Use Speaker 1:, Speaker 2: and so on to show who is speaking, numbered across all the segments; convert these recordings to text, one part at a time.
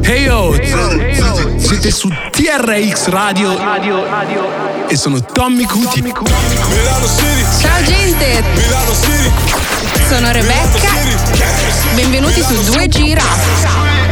Speaker 1: Hey yo, siete su TRX Radio e sono Tommy Cuti.
Speaker 2: Ciao gente, sono Rebecca, benvenuti su 2G Rap.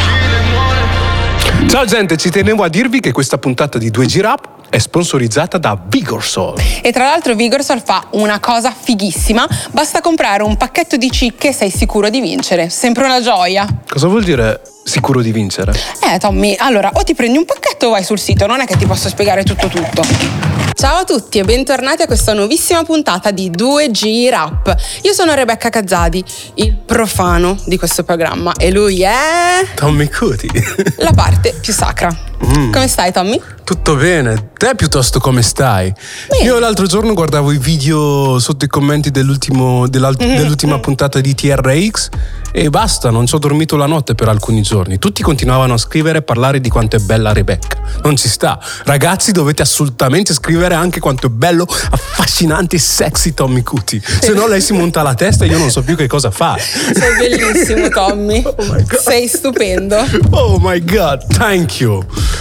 Speaker 1: Ciao gente, ci tenevo a dirvi che questa puntata di 2G Rap è sponsorizzata da Vigorsol.
Speaker 2: E tra l'altro Vigorsol fa una cosa fighissima, basta comprare un pacchetto di cicche e sei sicuro di vincere, sempre una gioia.
Speaker 1: Cosa vuol dire sicuro di vincere?
Speaker 2: Tommy, allora o ti prendi un pacchetto o vai sul sito, non è che ti posso spiegare tutto. Ciao a tutti e bentornati a questa nuovissima puntata di 2G Rap. Io sono Rebecca Cazzadi, il profano di questo programma, e lui è...
Speaker 1: Tommy Cuti.
Speaker 2: La parte più sacra. Come stai, Tommy?
Speaker 1: Tutto bene, te piuttosto come stai?
Speaker 2: Bene.
Speaker 1: Io l'altro giorno guardavo i video sotto i commenti dell'ultima puntata di TRX e basta, non ci ho dormito la notte per alcuni giorni. Tutti continuavano a scrivere e parlare di quanto è bella Rebecca. Non ci sta. Ragazzi, dovete assolutamente scrivere anche quanto è bello, affascinante e sexy Tommy Cuti. Se no lei si monta la testa e io non so più che cosa fare.
Speaker 2: Sei bellissimo, Tommy.
Speaker 1: Oh my God.
Speaker 2: Sei stupendo.
Speaker 1: Oh my God, thank you.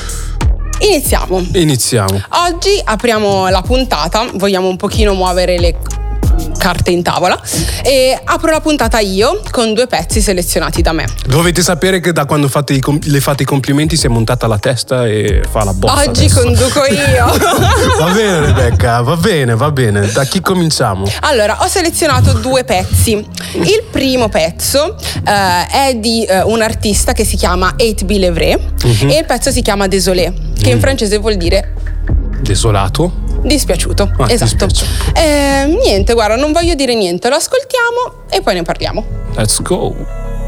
Speaker 2: Iniziamo. Oggi apriamo la puntata, vogliamo un pochino muovere le carte in tavola e apro la puntata io con 2 pezzi selezionati da me.
Speaker 1: Dovete sapere che da quando le fate i complimenti si è montata la testa e fa la bossa.
Speaker 2: Oggi
Speaker 1: adesso.
Speaker 2: conduco io.
Speaker 1: Va bene Rebecca, va bene. Da chi cominciamo?
Speaker 2: Allora, ho selezionato 2 pezzi. Il primo pezzo è di un artista che si chiama 8BLEVRE e il pezzo si chiama Désolé, che in francese vuol dire
Speaker 1: desolato.
Speaker 2: Dispiaciuto, esatto.
Speaker 1: Dispiaciuto.
Speaker 2: Niente, guarda, non voglio dire niente, lo ascoltiamo e poi ne parliamo.
Speaker 1: Let's go.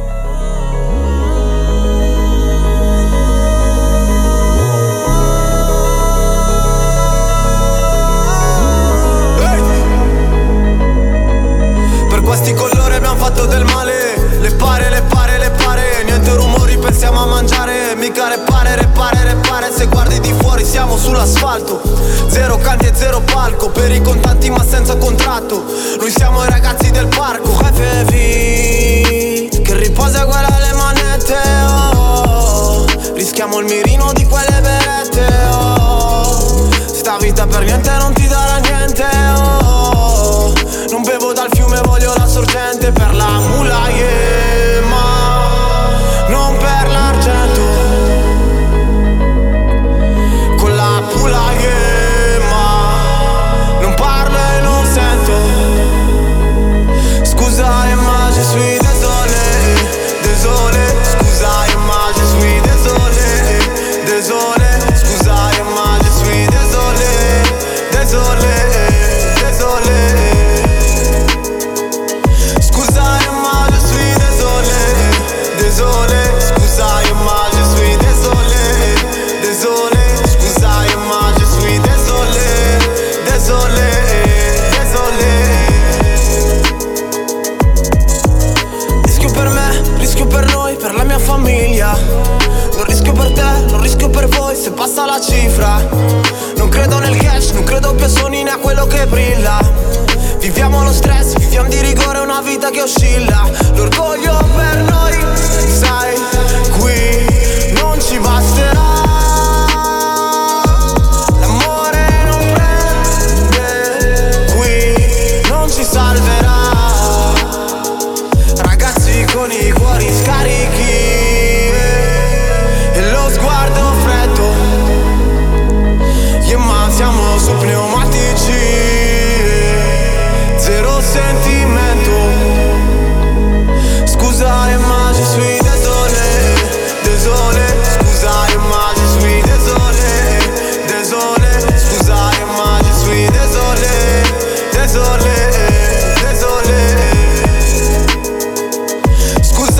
Speaker 3: Per questi colori abbiamo fatto del male. Le pare. Niente rumori, pensiamo a mangiare. Mica repare. Se guardi di fuori siamo sull'asfalto. 0 canti e 0 palco. Per i contanti ma senza contratto. Noi siamo i ragazzi del parco. Che riposa quella alle manette, oh. Rischiamo il mirino di quelle berette, oh. Sta vita per niente non ti darà niente, oh. Non bevo dal fiume, voglio la sorgente. Per la mulayema, non per l'argento. Con la mulayema non parlo e non sento. Scusa ma je suis désolé. Scusa ma je suis désolé. Scusa ma je suis désolé. Scusa ma je suis désolé. Scusa ma je suis désolé. Scusa ma je suis désolé. Rischio per me, rischio per noi, per la mia famiglia. Non rischio per te, non rischio per voi se passa la cifra. Non credo nel cash, non credo più a sogni né a quello che brilla. Viviamo lo stress, viviamo di rigore una vita che oscilla. L'orgoglio per noi, sai, qui non ci basterà. L'amore non prende, qui non ci salverà. Ragazzi con i cuori scarichi e lo sguardo freddo. Io ma siamo su pneumatici. 0 sentimento. Scusa ma je suis désolé. Scusa ma je suis désolé. Scusa ma je suis désolé. Scusa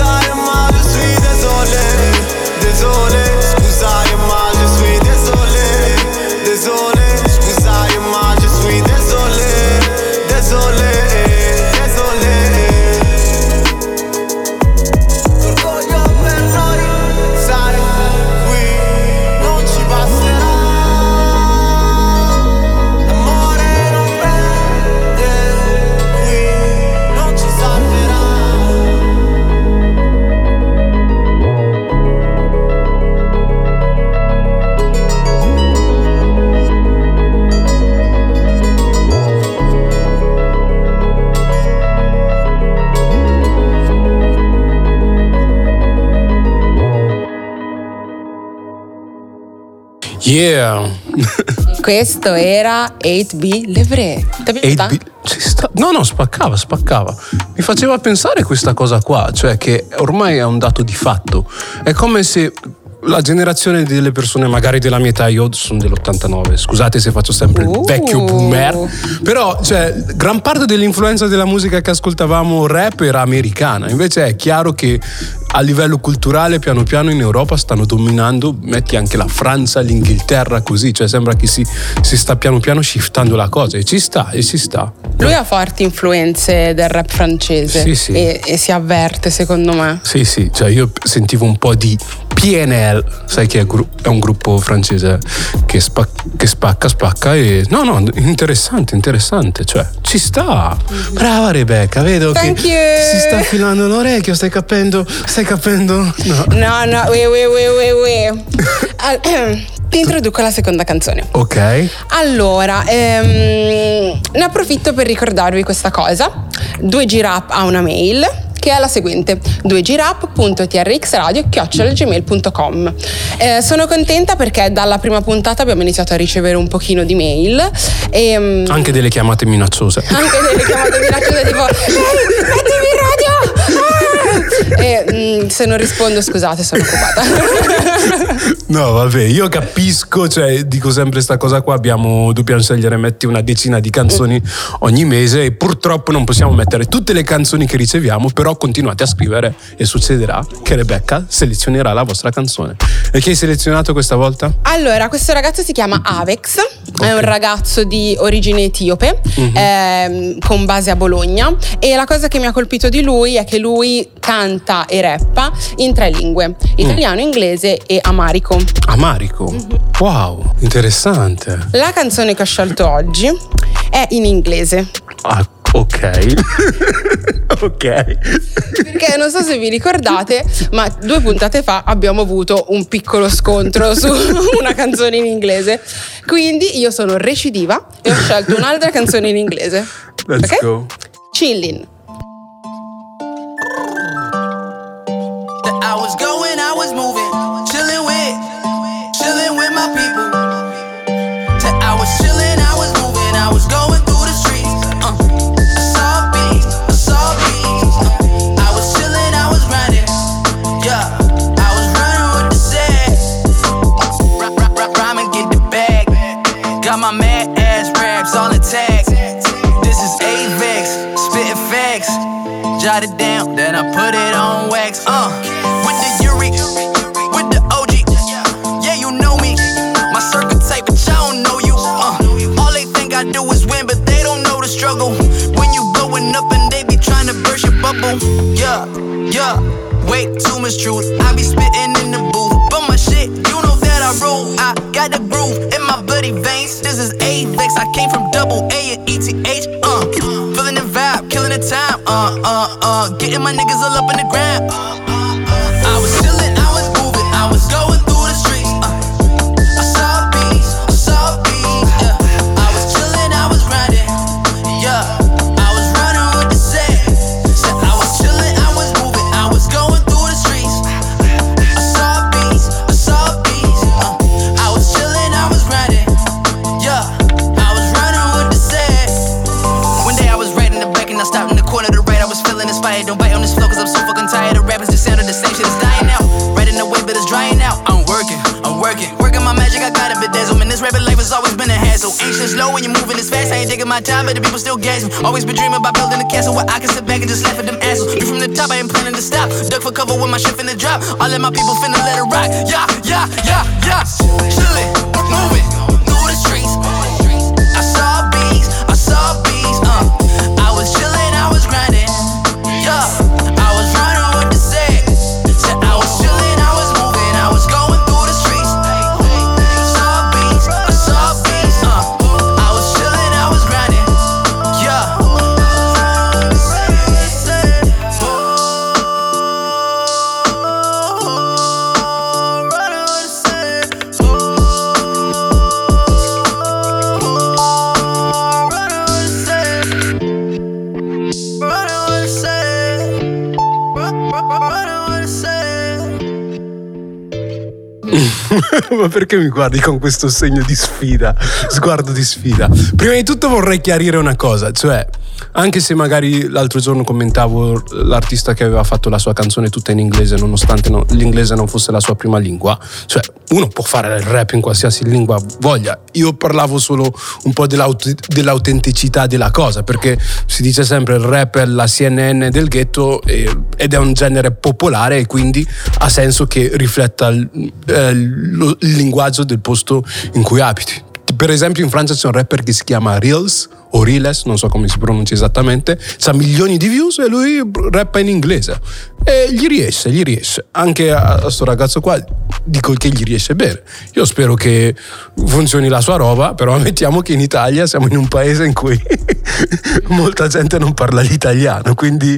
Speaker 1: Yeah.
Speaker 2: Questo era 8B Le Vrai. Ti è piaciuta?
Speaker 1: 8B. No, spaccava. Mi faceva pensare questa cosa qua, cioè che ormai è un dato di fatto. È come se la generazione delle persone magari della mia età, io sono dell'89, scusate se faccio sempre il vecchio boomer, però cioè gran parte dell'influenza della musica che ascoltavamo rap era americana, invece è chiaro che a livello culturale piano piano in Europa stanno dominando, metti anche la Francia, l'Inghilterra, così, cioè sembra che si sta piano piano shiftando la cosa e ci sta.
Speaker 2: Lui ha forti influenze del rap francese.
Speaker 1: Sì.
Speaker 2: E si avverte secondo me.
Speaker 1: Sì, cioè io sentivo un po' di PNL, sai che è un gruppo francese che spacca e no, interessante, cioè ci sta. Brava Rebecca, vedo
Speaker 2: Thank
Speaker 1: che
Speaker 2: you.
Speaker 1: si sta affilando l'orecchio, stai capendo?
Speaker 2: No, ti introduco la seconda canzone.
Speaker 1: Ok.
Speaker 2: Allora, ne approfitto per ricordarvi questa cosa. 2G Rap ha una mail che è la seguente: 2grap.trxradio@gmail.com. Sono contenta perché dalla prima puntata abbiamo iniziato a ricevere un pochino di mail e
Speaker 1: Anche delle chiamate minacciose.
Speaker 2: tipo mettimi in radio! E se non rispondo, scusate, sono occupata.
Speaker 1: No, vabbè, io capisco, cioè dico sempre sta cosa qua, dobbiamo scegliere, metti una decina di canzoni ogni mese e purtroppo non possiamo mettere tutte le canzoni che riceviamo, però continuate a scrivere e succederà che Rebecca selezionerà la vostra canzone. E chi hai selezionato questa volta?
Speaker 2: Allora, questo ragazzo si chiama Avex, è un ragazzo di origine etiope, con base a Bologna, e la cosa che mi ha colpito di lui è che lui canta e rappa in 3 lingue: italiano, inglese e amarico.
Speaker 1: Amarico? Wow, interessante.
Speaker 2: La canzone che ho scelto oggi è in inglese.
Speaker 1: Ah, ok.
Speaker 2: Perché non so se vi ricordate, ma 2 puntate fa abbiamo avuto un piccolo scontro su una canzone in inglese. Quindi io sono recidiva e ho scelto un'altra canzone in inglese.
Speaker 1: Let's go.
Speaker 2: Chillin'.
Speaker 3: I was moving, chilling with my people. I was chilling, I was moving, I was going through the streets. I saw beats. I was chilling, I was grinding. Yeah, I was running with the set. Rhyme and get the bag. Got my mad ass raps all intact. This is Avex, spitting facts. Jot it down, then I put it on wax. With the Yuri, with the OG. Yeah, you know me. My circle type, but y'all don't know you. All they think I do is win, but they don't know the struggle. When you blowing up and they be trying to burst your bubble. Yeah. Way too much truth. I be spitting in the booth, but my shit, you know that I rule. I got the groove in my bloody veins. This is Avex. I came from double A and ETH. Feeling the vibe, killing the time. Getting my niggas all up in the ground. I was chillin', I was moving, I was going through the streets. I saw beats, yeah. I was chillin', I was grinding, yeah. I was running with the set. Said I was chillin', I was moving, I was going through the streets. I saw beats, I was chillin', I was grinding, yeah. I was running with the set. One day I was right in the back and I stopped in the corner to right. I was feeling inspired, don't bite on this flow cause I'm so fucking tired of rappers just sounding the same shit. It's dying out, right in the way but it's drying out. I'm working my magic, I got a bedazzle. Man, this rapping life has always been a hassle. Ain't shit slow when you're moving this fast. I ain't taking my time, but the people still gassing. Always been dreaming about building a castle where I can sit back and just laugh at them assholes. View from the top, I ain't planning to stop. Duck for cover when my shit finna drop. All of my people finna let it rock. Yeah. Chillin', moving through the streets. I saw beats. I was chillin', I was grinding. Yeah, I was running with the set. Said I was chillin', I was moving, I was going through the streets. Saw beats. I was chillin', I was grinding. Yeah.
Speaker 1: Ma perché mi guardi con questo segno di sfida, sguardo di sfida? Prima di tutto vorrei chiarire una cosa, cioè anche se magari l'altro giorno commentavo l'artista che aveva fatto la sua canzone tutta in inglese nonostante l'inglese non fosse la sua prima lingua, cioè uno può fare il rap in qualsiasi lingua voglia. Io parlavo solo un po' dell'autenticità della cosa, perché si dice sempre il rap è la CNN del ghetto ed è un genere popolare e quindi ha senso che rifletta il linguaggio del posto in cui abiti. Per esempio in Francia c'è un rapper che si chiama Reels o Riles, non so come si pronuncia esattamente, ha milioni di views e lui rappa in inglese e gli riesce. Anche a sto ragazzo qua dico che gli riesce bene. Io spero che funzioni la sua roba, però ammettiamo che in Italia siamo in un paese in cui molta gente non parla l'italiano, quindi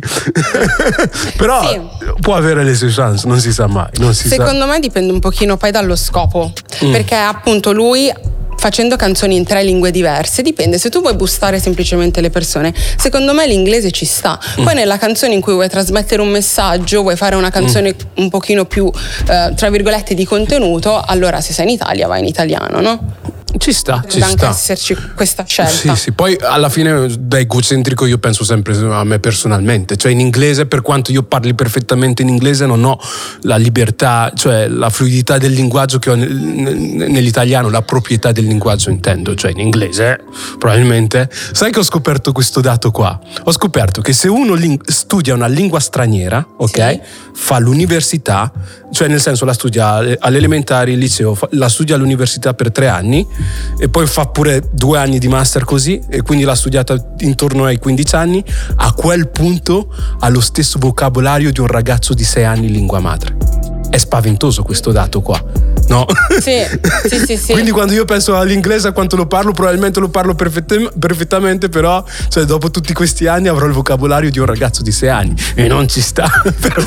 Speaker 1: però sì, può avere le sue chance, non si sa mai.
Speaker 2: Secondo me dipende un pochino poi dallo scopo, perché appunto lui facendo canzoni in 3 lingue diverse, dipende, se tu vuoi boostare semplicemente le persone, secondo me l'inglese ci sta. Poi nella canzone in cui vuoi trasmettere un messaggio, vuoi fare una canzone un pochino più tra virgolette di contenuto, allora se sei in Italia vai in italiano, no?
Speaker 1: Ci sta.
Speaker 2: Deve anche esserci questa scelta.
Speaker 1: Sì, poi alla fine da egocentrico io penso sempre a me personalmente, cioè in inglese, per quanto io parli perfettamente in inglese, non ho la libertà, cioè la fluidità del linguaggio che ho nell'italiano, la proprietà del linguaggio intendo, cioè in inglese probabilmente. Sai che ho scoperto questo dato qua? Ho scoperto che se uno studia una lingua straniera, ok? Sì. Fa l'università, cioè nel senso la studia alle elementari, al liceo, la studia all'università per 3 anni e poi fa pure 2 anni di master così, e quindi l'ha studiata intorno ai 15 anni, a quel punto ha lo stesso vocabolario di un ragazzo di 6 anni lingua madre. È spaventoso questo dato qua, no? Sì. Quindi quando io penso all'inglese, a quanto lo parlo, probabilmente lo parlo perfettamente, però cioè, dopo tutti questi anni avrò il vocabolario di un ragazzo di 6 anni e non ci sta. Però,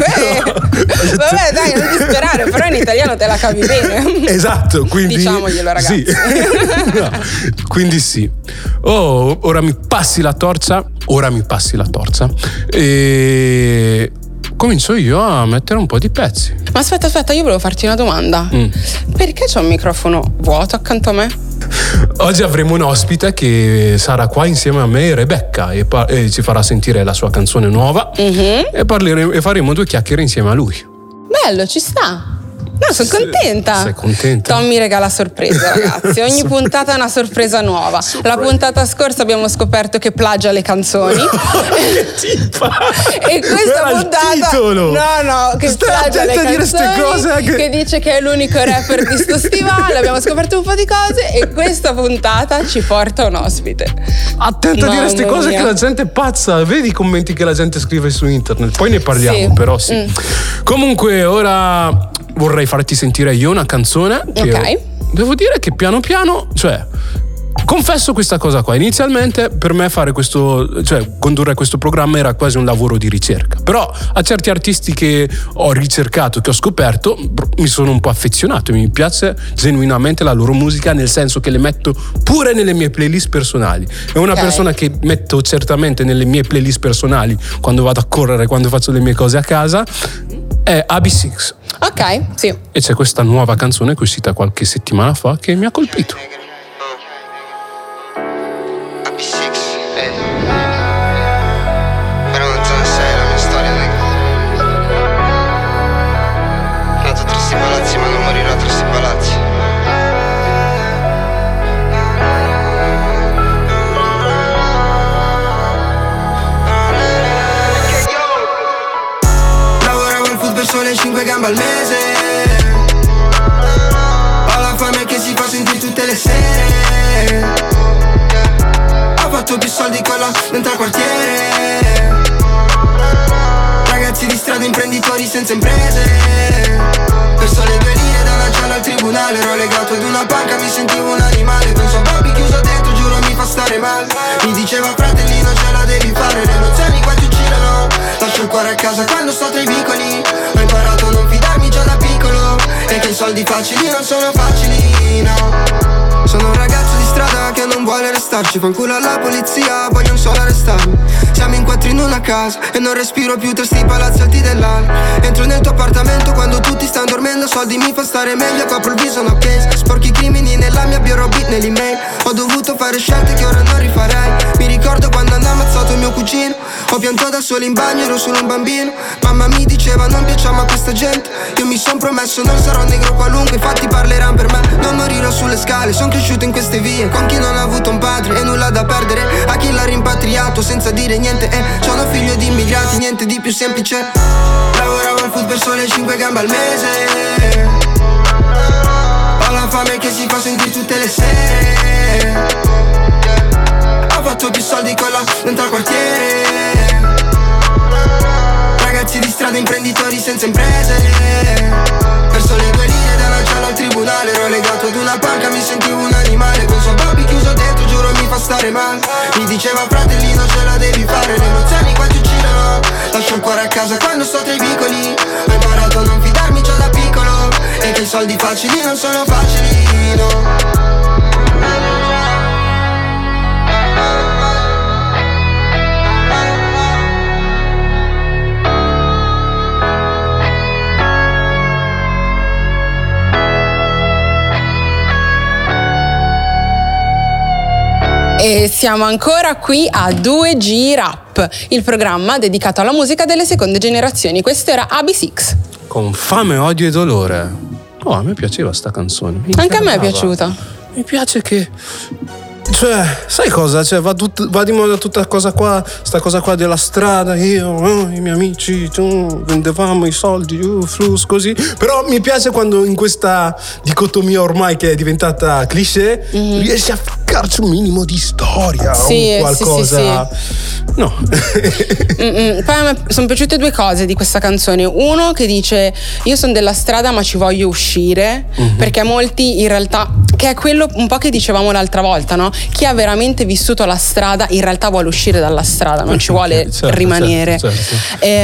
Speaker 2: vabbè, dai, non disperare, però in italiano te la cavi bene.
Speaker 1: Esatto, quindi
Speaker 2: diciamoglielo, ragazzi.
Speaker 1: Sì. No, quindi sì. Ora mi passi la torcia e comincio io a mettere un po' di pezzi.
Speaker 2: Ma aspetta, io volevo farti una domanda. Perché c'è un microfono vuoto accanto a me?
Speaker 1: Oggi avremo un ospite che sarà qua insieme a me e Rebecca e ci farà sentire la sua canzone nuova e faremo 2 chiacchiere insieme a lui.
Speaker 2: Bello, ci sta. No, sono contenta.
Speaker 1: Sei contenta?
Speaker 2: Tom mi regala sorprese, ragazzi. Ogni puntata è una sorpresa nuova. La puntata scorsa abbiamo scoperto che plagia le canzoni.
Speaker 1: Che tipa!
Speaker 2: E questa puntata che plagia le canzoni, che dice che è l'unico rapper di sto stivale. Abbiamo scoperto un po' di cose e questa puntata ci porta un ospite.
Speaker 1: Attenta a dire queste cose che la gente è pazza. Vedi i commenti che la gente scrive su internet. Poi ne parliamo, sì. Però sì. Comunque ora vorrei farti sentire io una canzone che devo dire che piano piano, cioè confesso questa cosa qua, inizialmente per me fare questo, cioè condurre questo programma era quasi un lavoro di ricerca, però a certi artisti che ho ricercato, che ho scoperto, mi sono un po' affezionato e mi piace genuinamente la loro musica, nel senso che le metto pure nelle mie playlist personali. È una persona che metto certamente nelle mie playlist personali quando vado a correre, quando faccio le mie cose a casa, è AB6.
Speaker 2: Ok, sì.
Speaker 1: E c'è questa nuova canzone che è uscita qualche settimana fa che mi ha colpito.
Speaker 4: Però non sai la mia storia, nato tra sti palazzi ma non morirò tra sti palazzi. Lavoravo al food per sole 5 gambe al mese. Ho la fame che si fa sentire tutte le sere. Ho fatto più soldi con la dentro al quartiere. Ragazzi di strada, imprenditori senza imprese. Per sole 2 lire da una gialla al tribunale. Ero legato ad una banca, mi sentivo un animale. Penso a Bobby chiuso dentro, giuro mi fa stare male. Mi diceva fratellino ce la devi fare. Le nozioni qua ti uccidono. Lascio il cuore a casa quando sto tra i vicoli. Ho imparato a non fidarmi già da piccolo. E che i soldi facili non sono facili, no. Sono un ragazzo di strada che non vuole restarci. Fanculo alla polizia, vogliono solo arrestarmi. Siamo in quattro in una casa e non respiro più tra sti palazzi alti dell'ala. Entro nel tuo appartamento quando tutti stanno dormendo. Soldi mi fa stare meglio, copro il viso no case. Sporchi crimini nella mia bureau beat nell'email. Ho dovuto fare scelte che ora non rifarei. Mi ricordo quando hanno ammazzato mio cugino. Ho pianto da solo in bagno, ero solo un bambino. Mamma mi diceva non piacciamo a questa gente. Io mi son promesso non sarò negro qualunque. Infatti parleranno per me, non morirò sulle scale. Son cresciuto in queste vie con chi non ha avuto un padre e nulla da perdere. A chi l'ha rimpatriato senza dire niente. Sono figlio di immigrati, niente di più semplice. Lavoravo al food per sole 5 gambe al mese. Ho la fame che si fa sentire tutte le sere. Ho fatto più soldi con la dentro al quartiere. Ragazzi di strada, imprenditori senza imprese. Perso le 2 lire da una cella al tribunale. Ero legato ad una panca, mi sentivo un animale. Con suo Bobby chiuso dentro, giuro mi fa stare male. Mi diceva fratellino ce la devi fare. Le emozioni qua ti uccidono. Lascio il cuore a casa quando sto tra i vicoli. Ho imparato a non fidarmi già da piccolo. E che i soldi facili non sono facili, no.
Speaker 2: E siamo ancora qui a 2G Rap, il programma dedicato alla musica delle seconde generazioni. Questo era AB6.
Speaker 1: Con fame, odio e dolore. Oh, a me piaceva sta canzone.
Speaker 2: Anche a me è piaciuta.
Speaker 1: Mi piace che... Cioè, sai cosa? Cioè, va di moda tutta cosa qua, sta cosa qua della strada, io, i miei amici, vendevamo i soldi, flus, così. Però mi piace quando in questa dicotomia ormai che è diventata cliché, riesci a ficcarci un minimo di storia,
Speaker 2: sì,
Speaker 1: o qualcosa.
Speaker 2: Sì.
Speaker 1: No.
Speaker 2: Poi a me sono piaciute 2 cose di questa canzone. Uno che dice io sono della strada ma ci voglio uscire, perché molti in realtà, che è quello un po' che dicevamo l'altra volta, no? Chi ha veramente vissuto la strada in realtà vuole uscire dalla strada, non ci vuole rimanere. Certo.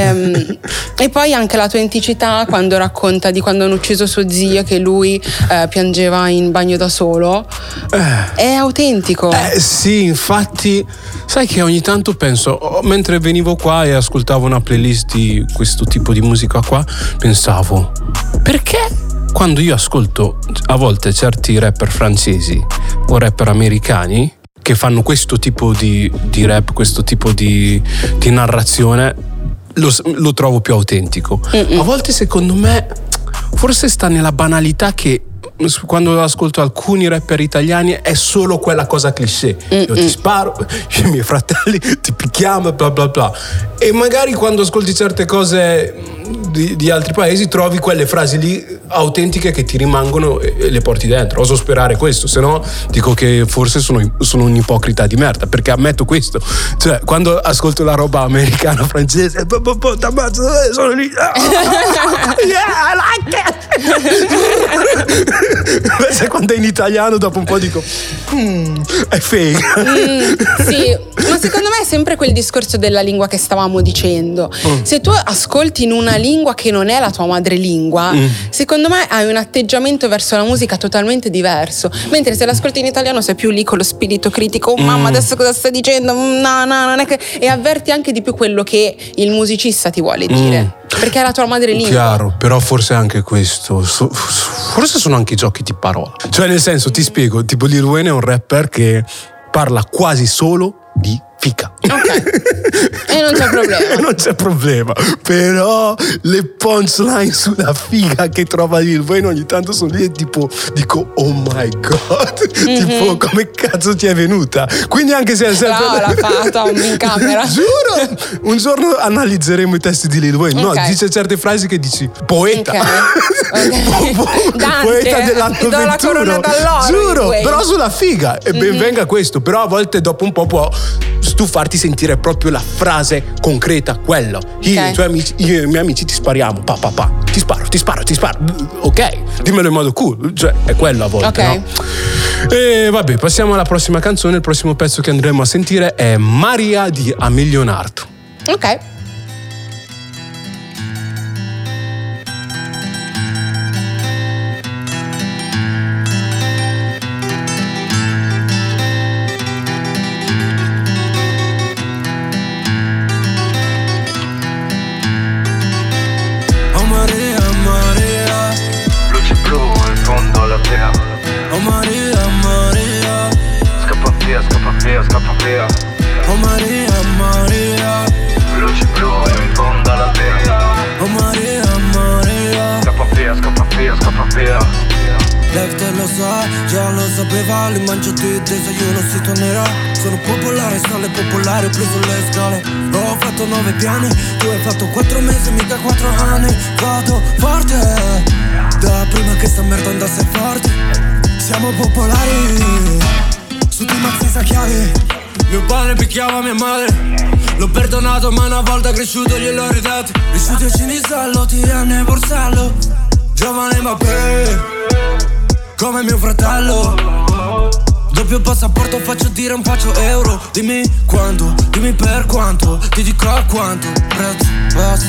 Speaker 2: E poi anche la tua autenticità quando racconta di quando hanno ucciso suo zio, che lui piangeva in bagno da solo. È autentico.
Speaker 1: Sì, infatti, sai che ogni tanto penso, mentre venivo qua e ascoltavo una playlist di questo tipo di musica qua, pensavo, perché quando io ascolto a volte certi rapper francesi o rapper americani che fanno questo tipo di rap, questo tipo di narrazione, lo trovo più autentico. A volte secondo me forse sta nella banalità che quando ascolto alcuni rapper italiani è solo quella cosa cliché. Io ti sparo, i miei fratelli ti picchiamo, bla bla bla. E magari quando ascolti certe cose di altri paesi trovi quelle frasi lì autentiche che ti rimangono e le porti dentro. Oso sperare questo, se no dico che forse sono un ipocrita di merda, perché ammetto questo, cioè quando ascolto la roba americana, francese, sono lì yeah, I like it. Invece quando è in italiano dopo un po' dico è fake.
Speaker 2: Sì, ma secondo me è sempre quel discorso della lingua che stavamo dicendo. Se tu ascolti in una lingua che non è la tua madrelingua, secondo me hai un atteggiamento verso la musica totalmente diverso, mentre se l'ascolti in italiano sei più lì con lo spirito critico. Mamma, adesso cosa stai dicendo? No, non è che... E avverti anche di più quello che il musicista ti vuole dire, perché è la tua madrelingua.
Speaker 1: Chiaro, però forse anche questo, forse sono anche giochi di parola. Cioè nel senso, ti spiego, tipo Lil Wayne è un rapper che parla quasi solo di fica.
Speaker 2: Ok. E non c'è problema.
Speaker 1: Non c'è problema. Però le punchline sulla figa che trova Lil Wayne ogni tanto sono lì e tipo dico oh my god, tipo come cazzo ti è venuta? Quindi anche se è sempre
Speaker 2: no, l'ha fatto in camera.
Speaker 1: Giuro, un giorno analizzeremo i testi di Lil Wayne. No, dice certe frasi che dici poeta.
Speaker 2: Okay.
Speaker 1: Poeta dell'anno
Speaker 2: la corona
Speaker 1: 21.
Speaker 2: d'alloro,
Speaker 1: Giuro, però sulla figa. E ben venga questo. Però a volte dopo un po' può farti sentire proprio la frase concreta, quella. Io e i miei amici ti spariamo, ti sparo. Ok, dimmelo in modo cool, cioè è quello a volte, no? E vabbè, passiamo alla prossima canzone. Il prossimo pezzo che andremo a sentire è Maria di Amilio Nardo.
Speaker 2: Ok.
Speaker 3: scappa via.
Speaker 4: Oh Maria, Maria,
Speaker 3: luci blu in fondo alla via.
Speaker 4: oh Maria, Maria,
Speaker 3: Scappa via.
Speaker 4: lei te lo sa, già lo sapeva, li mangio tutti, desayuno si tornerà. Sono popolare, sale popolare, ho preso le scale. Ho fatto 9 piani, tu hai fatto 4 mesi, mica 4 anni. Vado forte, da prima che sta merda andasse forte. Siamo popolari, su di mazzi sa chiavi. Mio padre picchiava mia madre, l'ho perdonato ma una volta cresciuto gliel'ho ridato. Vissuto a Cinisello, Tirana e Borsallo. Giovane ma come mio fratello. Doppio passaporto, faccio dire un faccio euro. Dimmi quanto, dimmi per quanto, ti dico a quanto prezzo basta.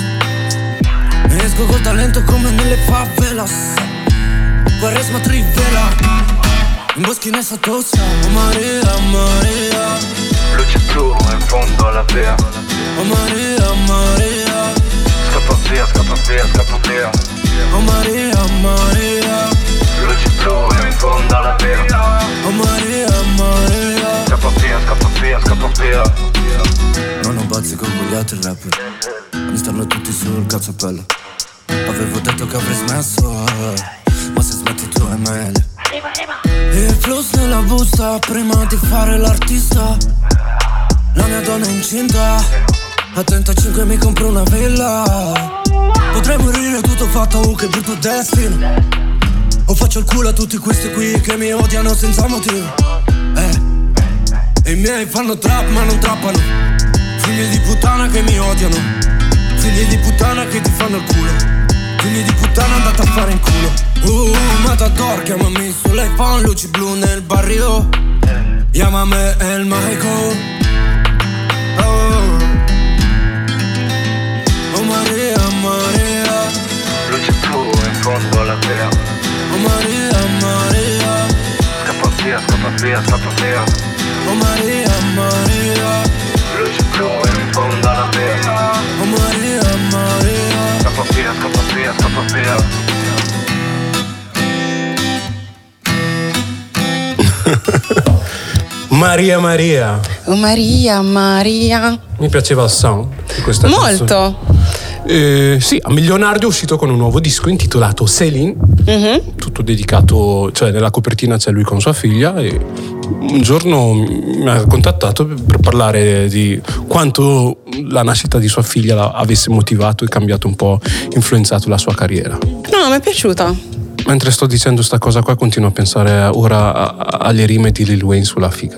Speaker 4: Esco col talento come nelle favelas. Quaresma trivela, in boschi nessa tossa. Oh Maria, Maria,
Speaker 3: luci blu in fondo alla via.
Speaker 4: oh Maria, Maria,
Speaker 3: Scappa via.
Speaker 4: oh Maria, Maria,
Speaker 3: luci blu in fondo alla via.
Speaker 4: oh Maria, Maria.
Speaker 3: Scappa via.
Speaker 4: Non ho bazzico con gli altri rapper, mi stanno tutti sul cazzo a pelle. Avevo detto che avrei smesso, ma se smetti tu è meglio. Il fluss nella busta prima di fare l'artista. La mia donna è incinta, a 35 mi compro una villa. Potrei morire tutto fatto, che brutto destino. O faccio il culo a tutti questi qui che mi odiano senza motivo. E i miei fanno trap ma non trappano. Figli di puttana che mi odiano, figli di puttana che ti fanno il culo, figli di puttana andate a fare in culo. Matador, chiamami sull'iPhone, luci blu nel barrio. Chiamami El Michael. Oh Maria, Maria,
Speaker 3: luci blu in fondo alla via.
Speaker 4: oh Maria, Maria,
Speaker 3: Scappa via.
Speaker 4: oh Maria, Maria,
Speaker 3: Luci blu in fondo alla via.
Speaker 4: oh Maria, Maria.
Speaker 3: Scappa via.
Speaker 1: Maria Maria.
Speaker 2: Oh Maria, Maria.
Speaker 1: Mi piaceva il sound di questa canzone.
Speaker 2: Molto.
Speaker 1: Sì, a Milionario è uscito con un nuovo disco intitolato Céline, tutto dedicato, cioè nella copertina c'è lui con sua figlia, e un giorno mi ha contattato per parlare di quanto la nascita di sua figlia avesse motivato e cambiato un po', influenzato la sua carriera.
Speaker 2: No, mi è piaciuta.
Speaker 1: Mentre sto dicendo sta cosa qua continuo a pensare ora alle rime di Lil Wayne sulla figa.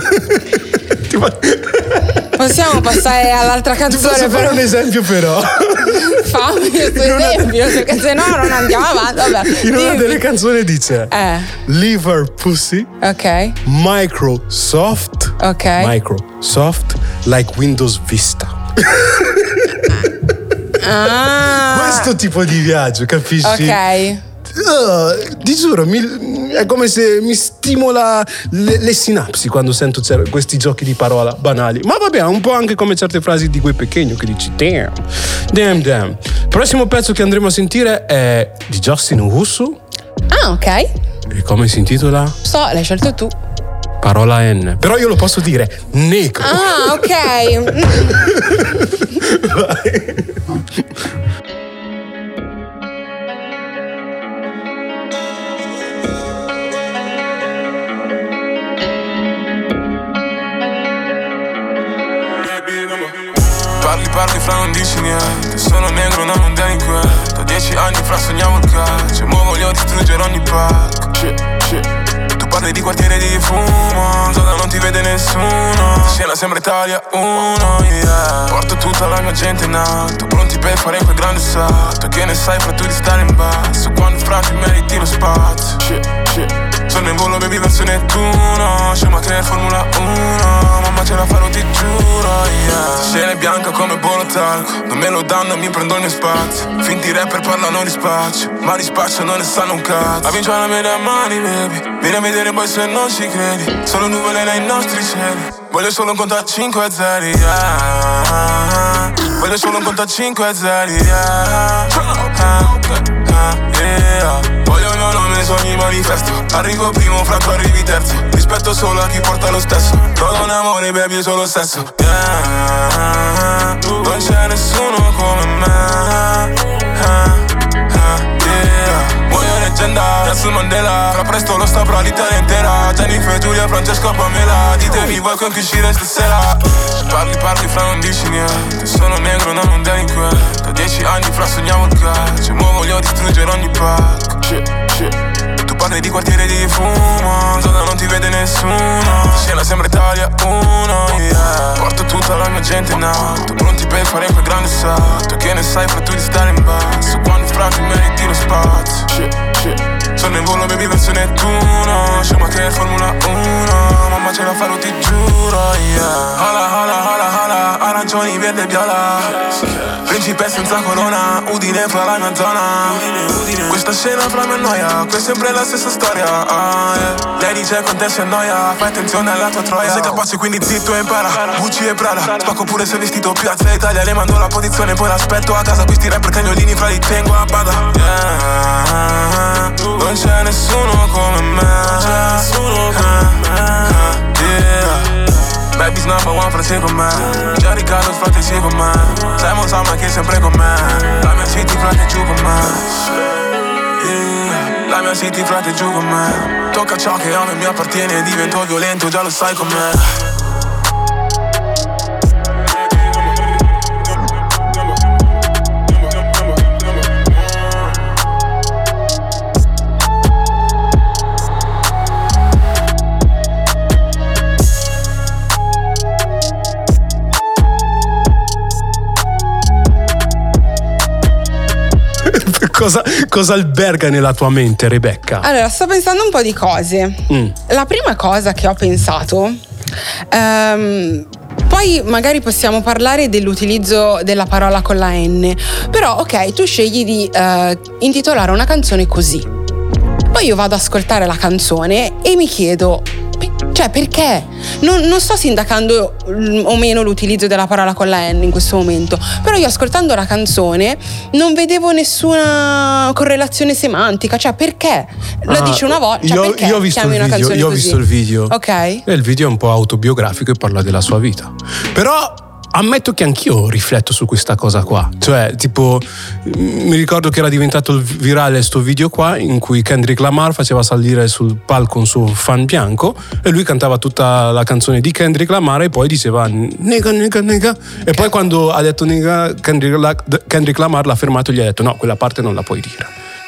Speaker 2: Possiamo passare all'altra canzone?
Speaker 1: Posso fare un esempio però?
Speaker 2: Fammi questo esempio, perché se no non andiamo avanti. Vabbè,
Speaker 1: In una delle canzoni dice Liver Pussy,
Speaker 2: ok,
Speaker 1: Microsoft,
Speaker 2: ok,
Speaker 1: Microsoft like Windows Vista. Questo tipo di viaggio, capisci?
Speaker 2: ok.
Speaker 1: Ti giuro, è come se mi stimola le sinapsi quando sento questi giochi di parola banali. Ma vabbè, un po' anche come certe frasi di Gue Pequeno che dici damn. Il prossimo pezzo che andremo a sentire è di Justin Russo.
Speaker 2: Ah, ok.
Speaker 1: E come si intitola?
Speaker 2: So, l'hai scelto tu.
Speaker 1: Parola N. Però io lo posso dire negro.
Speaker 2: Ah, ok.
Speaker 1: Vai.
Speaker 5: Parli fra non dici niente. Sono negro, no, non delinquente. Da 10 anni fra sognavo il calcio. Mo voglio distruggere ogni palco. Tu parli di quartiere di fumo, so che non ti vede nessuno. Scena sembra Italia 1, yeah. Porto tutta la mia gente in alto, pronti per fare quel grande salto. Che ne sai fra tu di stare in basso, quando fra ti meriti lo spazio. Sono in volo baby verso Nettuno, Schumacher Formula 1, mamma ce la farò ti giuro, yeah. Scena è bianca come Bolo Talco, non me lo danno mi prendo il mio spazio. Finti rapper parlano di spaccio, ma di spaccio non ne sanno un cazzo. A vincere la media a mani baby, vieni a vedere poi se non ci credi. Sono nuvole nei nostri cieli, Voglio solo un conto a 5 zeri, yeah. Voglio solo un conto a 5 zeri, yeah. Voglio ognuno nei miei sogni manifesto. Arrivo primo, fra tu arrivi terzo. Rispetto solo a chi porta lo stesso. Non amore, baby, è solo sesso, yeah. Non c'è nessuno come me, yeah. Voglio leggenda, Nelson Mandela. Fra presto lo saprà l'Italia intera. Jennifer, Giulia, Francesco, Pamela. Ditemi voi con chi uscire stasera. Parli, fra non dici niente. Sono negro, non un delinquente. Da 10 anni fra sognavo il calcio. Muovo io distruggerò ogni palco. Tu parli di quartiere di fumo. Zona non ti vede nessuno. Scena sembra Italia 1, yeah. Porto tutta la mia gente in auto, pronti per fare quel grande salto. Che ne sai fra tu di stare in basso quando fra ti meriti lo spazio. Sono in volo baby verso Nettuno. Schumacher Formula 1. Mamma ce la farò ti giuro, yeah. Hala, arancioni, verde e viola. Principe senza corona. Udine fra la mia zona. Questa scena fra me annoia. Qui è sempre la stessa storia, yeah. Lei dice con te si annoia. Fai attenzione alla tua troia. Sei capace quindi zitto e impara. Gucci e Prada. Spacco pure se vestito Piazza Italia. Le mando la posizione poi l'aspetto a casa. Questi rapper cagnolini fra li tengo a bada, yeah. Non c'è nessuno come me, yeah. Baby's number one, fra sei con me. Già Riccardo, frate, sei con me. Simon Sama che è sempre con me. La mia city, frate, giù con me, yeah. La mia city, frate, giù con me. Tocca ciò che a me mi appartiene. Divento violento, già lo sai con me.
Speaker 1: Cosa alberga nella tua mente, Rebecca?
Speaker 2: Allora, sto pensando un po' di cose. La prima cosa che ho pensato, poi magari possiamo parlare dell'utilizzo della parola con la N. Però, ok, tu scegli di intitolare una canzone così. Poi io vado ad ascoltare la canzone e mi chiedo, cioè, perché? Non sto sindacando o meno l'utilizzo della parola con la N in questo momento, però io ascoltando la canzone non vedevo nessuna correlazione semantica, cioè perché? La dice una volta, cioè perché
Speaker 1: io ho visto
Speaker 2: chiami
Speaker 1: il
Speaker 2: una
Speaker 1: video,
Speaker 2: canzone
Speaker 1: io ho
Speaker 2: così?
Speaker 1: visto il video.
Speaker 2: Ok.
Speaker 1: E il video è un po' autobiografico e parla della sua vita. Però ammetto che anch'io rifletto su questa cosa qua. Cioè, tipo, mi ricordo che era diventato virale sto video qua in cui Kendrick Lamar faceva salire sul palco un suo fan bianco e lui cantava tutta la canzone di Kendrick Lamar e poi diceva nigga, nigga, nigga. E poi quando ha detto nigga, Kendrick Lamar l'ha fermato e gli ha detto no, quella parte non la puoi dire.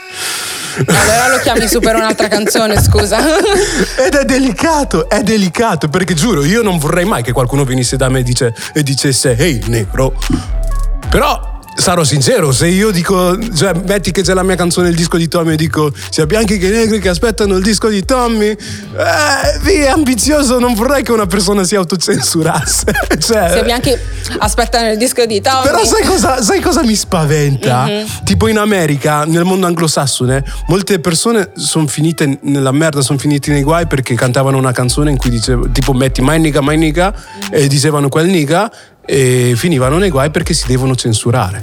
Speaker 2: Allora lo chiami su per un'altra canzone, scusa.
Speaker 1: Ed è delicato, perché giuro, io non vorrei mai che qualcuno venisse da me e dicesse ehi negro. Però sarò sincero, se io dico, cioè metti che c'è la mia canzone, il disco di Tommy, e dico sia bianchi che negri che aspettano il disco di Tommy, è ambizioso, non vorrei che una persona si autocensurasse. Cioè,
Speaker 2: sia bianchi aspettano il disco di Tommy.
Speaker 1: però sai cosa mi spaventa? Tipo in America, nel mondo anglosassone, molte persone sono finite nella merda, sono finiti nei guai perché cantavano una canzone in cui diceva, tipo metti my nigga, e dicevano quel nigga e finivano nei guai perché si devono censurare.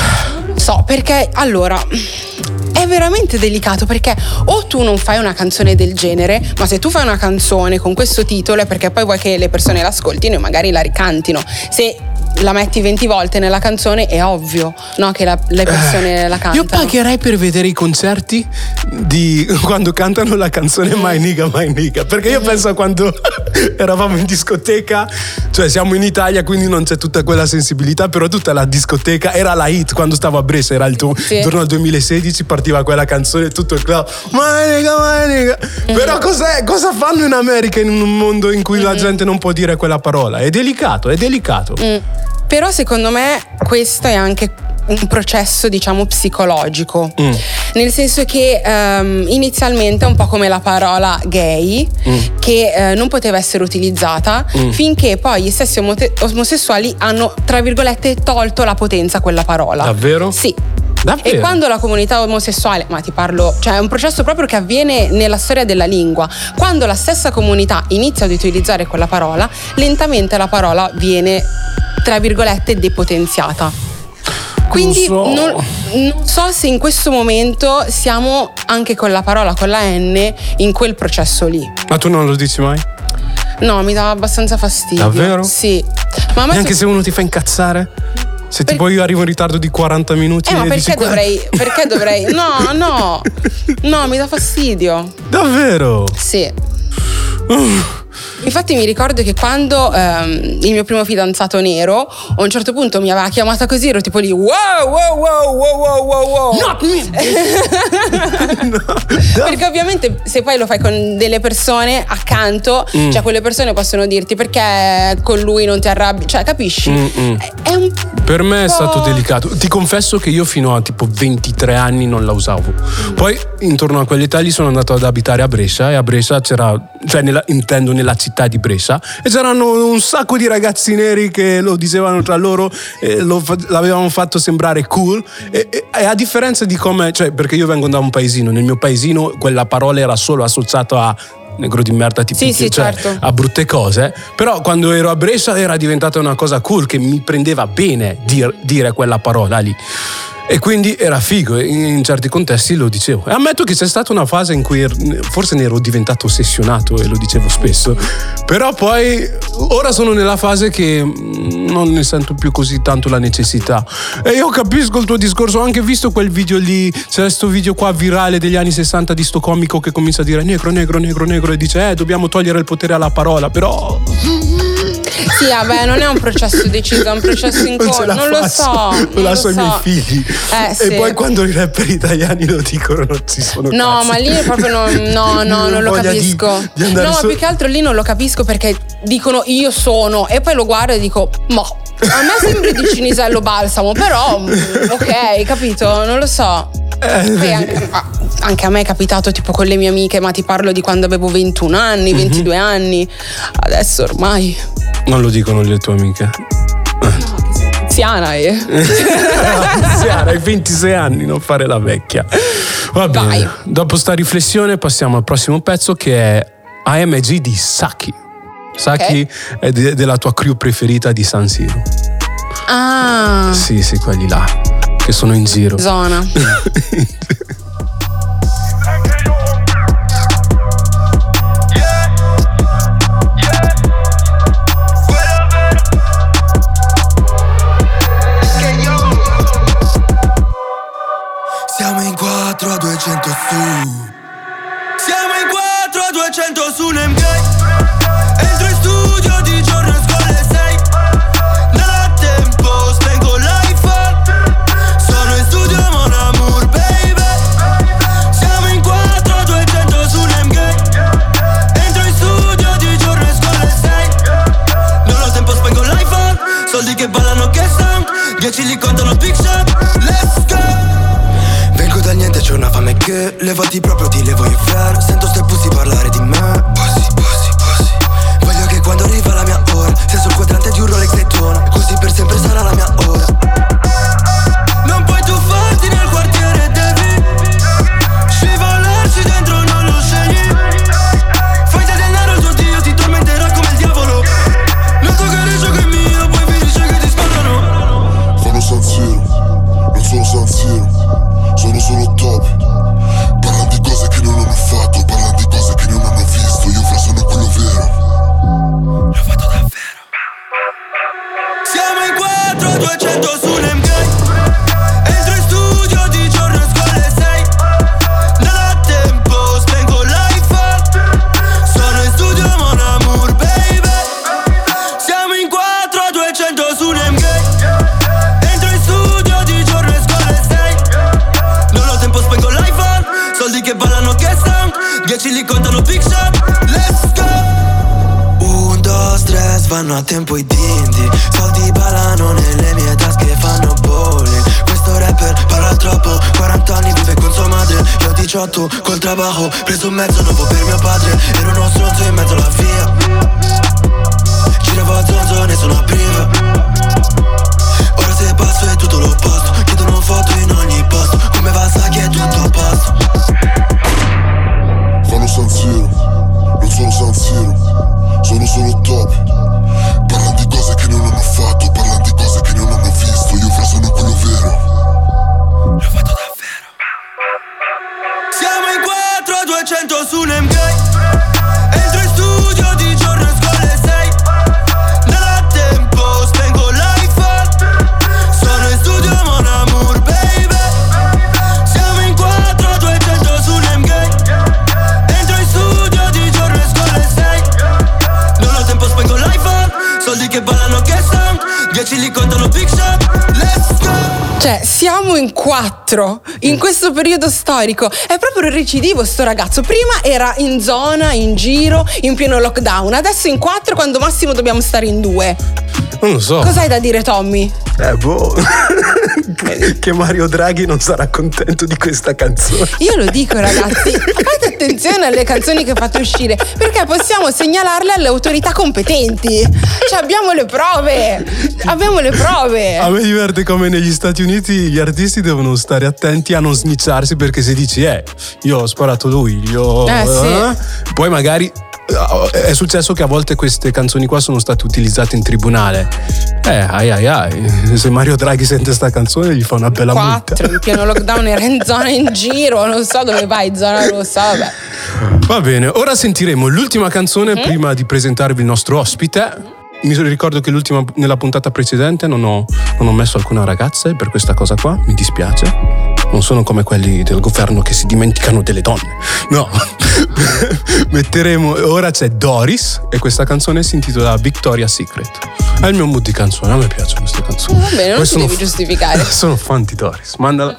Speaker 2: So, perché allora è veramente delicato, perché o tu non fai una canzone del genere, ma se tu fai una canzone con questo titolo è perché poi vuoi che le persone l'ascoltino e magari la ricantino. Se la metti 20 volte nella canzone è ovvio, no, che le persone la cantano.
Speaker 1: Io pagherei per vedere i concerti di quando cantano la canzone My Nigga, perché io penso a quando eravamo in discoteca, cioè siamo in Italia quindi non c'è tutta quella sensibilità, però tutta la discoteca era la hit. Quando stavo a Brescia era intorno al 2016, partiva quella canzone, tutto il club My Nigga. Però cosa fanno in America in un mondo in cui la gente non può dire quella parola? È delicato.
Speaker 2: Però secondo me questo è anche un processo, diciamo, psicologico, nel senso che inizialmente è un po' come la parola gay, che non poteva essere utilizzata finché poi gli stessi omosessuali hanno, tra virgolette, tolto la potenza a quella parola.
Speaker 1: Davvero?
Speaker 2: Sì.
Speaker 1: Davvero?
Speaker 2: E quando la comunità omosessuale, ma ti parlo, cioè è un processo proprio che avviene nella storia della lingua, quando la stessa comunità inizia ad utilizzare quella parola, lentamente la parola viene, tra virgolette, depotenziata. Quindi non so se in questo momento siamo anche con la parola, con la N, in quel processo lì.
Speaker 1: Ma tu non lo dici mai?
Speaker 2: No, mi dà abbastanza fastidio.
Speaker 1: Davvero?
Speaker 2: Sì. Ma
Speaker 1: neanche se uno ti fa incazzare? Se tipo io arrivo in ritardo di 40 minuti
Speaker 2: ma
Speaker 1: e
Speaker 2: perché
Speaker 1: dici,
Speaker 2: perché dovrei? No, mi dà fastidio.
Speaker 1: Davvero?
Speaker 2: Sì. Infatti mi ricordo che quando il mio primo fidanzato nero a un certo punto mi aveva chiamata così, ero tipo lì wow.
Speaker 1: Not me!
Speaker 2: No. Perché ovviamente se poi lo fai con delle persone accanto, cioè quelle persone possono dirti perché con lui non ti arrabbi, cioè capisci? È un
Speaker 1: per me è stato delicato. Ti confesso che io fino a tipo 23 anni non la usavo. Poi intorno a quell'età lì sono andato ad abitare a Brescia, e a Brescia c'era, cioè intendo nella città di Brescia, e c'erano un sacco di ragazzi neri che lo dicevano tra loro e l'avevano fatto sembrare cool, e a differenza di come, cioè perché io vengo da un paesino, nel mio paesino quella parola era solo associata a negro di merda, tipo,
Speaker 2: sì,
Speaker 1: cioè,
Speaker 2: certo,
Speaker 1: a brutte cose, però quando ero a Brescia era diventata una cosa cool, che mi prendeva bene dire quella parola lì. E quindi era figo, in certi contesti lo dicevo. E ammetto che c'è stata una fase in cui forse ne ero diventato ossessionato e lo dicevo spesso. Però poi ora sono nella fase che non ne sento più così tanto la necessità. E io capisco il tuo discorso, ho anche visto quel video lì, c'è questo video qua virale degli anni 60 di sto comico che comincia a dire negro e dice dobbiamo togliere il potere alla parola, però...
Speaker 2: Sì, vabbè, non è un processo deciso, è un processo in corso. Non lo so.
Speaker 1: Lo lascio ai miei figli.
Speaker 2: Sì.
Speaker 1: E poi quando i rapper italiani lo dicono non ci sono
Speaker 2: no,
Speaker 1: cazzi.
Speaker 2: Ma lì proprio non lo capisco.
Speaker 1: Ma
Speaker 2: più che altro lì non lo capisco perché dicono io sono, e poi lo guardo e dico a me sembri di Cinisello Balsamo, però ok, capito? Non lo so. Poi anche a me è capitato tipo con le mie amiche, ma ti parlo di quando avevo 21 anni, 22 anni. Adesso ormai
Speaker 1: non lo dicono le tue amiche.
Speaker 2: Anziana,
Speaker 1: Anziana, hai 26 anni, non fare la vecchia. Va bene.
Speaker 2: Vai.
Speaker 1: Dopo sta riflessione passiamo al prossimo pezzo, che è AMG di Saki. Saki è della tua crew preferita di San Siro.
Speaker 2: Ah.
Speaker 1: Sì, quelli là che sono in giro.
Speaker 2: Zona.
Speaker 4: Siamo in 4 a 200 su. Siamo in 4 a 200 su un MK. Entro in studio di giorno e scuola alle 6. Non ho tempo, spengo l'iPhone. Sono in studio mon amour, baby. Siamo in 4 a 200 su un MK. Entro in studio di giorno e scuola alle 6. Non ho tempo, spengo l'iPhone. Soldi che ballano che son, 10 li contano big shot. Let's go. Vengo da niente, c'ho una fame che levati proprio, ti levo io frère. Sento ste pussy parlare di me. Pussy. Voglio che quando arriva la mia ora sia sul quadrante di un Rolex Daytona, così per sempre sarà la mia ora. Non puoi tuffarti nel quartiere, devi scivolarci dentro, non lo scegli. Fai del denaro il tuo dio, ti tormenterà come il diavolo. Non toccare ciò che è mio, poi finisce che ti sparano.
Speaker 6: Sono San Siro, non sono San Siro. Sono solo top. Parlano di cose che non hanno fatto, parlano di cose che non hanno visto. Io fra sono quello vero.
Speaker 4: L'ho fatto davvero. Siamo in 4 a 200 su un MK. Entro in studio di giorno e scuola alle 6. Non ho tempo, spengo l'iPhone. Sono in studio mon amour, baby. Siamo in 4 a 200 su un MK. Entro in studio di giorno e scuola alle 6. Non ho tempo, spengo l'iPhone. Soldi che ballano che son, 10 li contano big shot. Let's go. 1, 2, 3, vanno a tempo i dindi. Soldi ballano nelle mie tasche, fanno bowling. Questo rapper parla troppo, 40 anni vive con sua madre. Io ho 18 col trabajo, preso un mezzo nuovo per mio padre. Ero uno stronzo in mezzo alla via. Giravo a zonzo, nessuno apriva. Ora se passo è tutto l'opposto, chiedono foto in ogni posto.
Speaker 2: Cioè, siamo in 4 in questo periodo storico. È proprio recidivo sto ragazzo. Prima era in zona, in giro, in pieno lockdown. Adesso in 4 quando massimo dobbiamo stare in 2.
Speaker 1: Non lo so.
Speaker 2: Cosa hai da dire, Tommy?
Speaker 1: Che Mario Draghi non sarà contento di questa canzone.
Speaker 2: Io lo dico, ragazzi, fate attenzione alle canzoni che fate uscire, perché possiamo segnalarle alle autorità competenti. Cioè, abbiamo le prove.
Speaker 1: A me diverte come negli Stati Uniti gli artisti devono stare attenti a non snitcharsi, perché se dici io ho sparato lui,
Speaker 2: sì.
Speaker 1: Poi magari è successo che a volte queste canzoni qua sono state utilizzate in tribunale. Se Mario Draghi sente sta canzone gli fa una bella
Speaker 2: 4
Speaker 1: multa.
Speaker 2: in pieno lockdown, era in zona, in giro, non so dove vai, zona rossa, vabbè.
Speaker 1: Va bene, ora sentiremo l'ultima canzone prima di presentarvi il nostro ospite. Mi ricordo che nella puntata precedente non ho messo alcuna ragazza, e per questa cosa qua mi dispiace. Non sono come quelli del governo che si dimenticano delle donne. No. Ora c'è Doris e questa canzone si intitola Victoria's Secret. È il mio mood di canzone, a me piacciono queste canzoni.
Speaker 2: Va bene, non ti devi giustificare.
Speaker 1: Sono fan di Doris, mandala.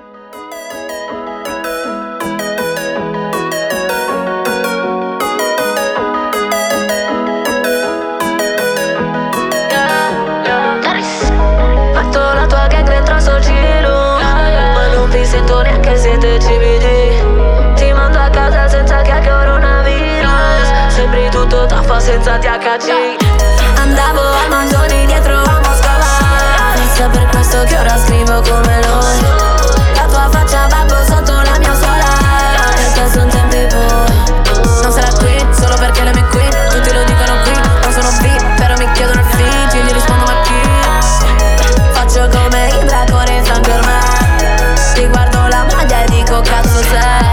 Speaker 7: Sento neanche se te ci vedi. Ti mando a casa senza che ha coronavirus. Sembri tutto taffa senza THC. Andavo al Manzoni dietro a Moscova. Forse per questo che ora scrivo come noi. La tua faccia babbo sotto la mia sola. Perché son tempi poi. Non sarà qui solo perché le mie qui. Tutti lo dicono qui, non sono VIP. Però mi chiedono il feat, io gli rispondo ma chi? Faccio come Ibra con il San Germain. Ti guardo la maglia e dico cazzo sei.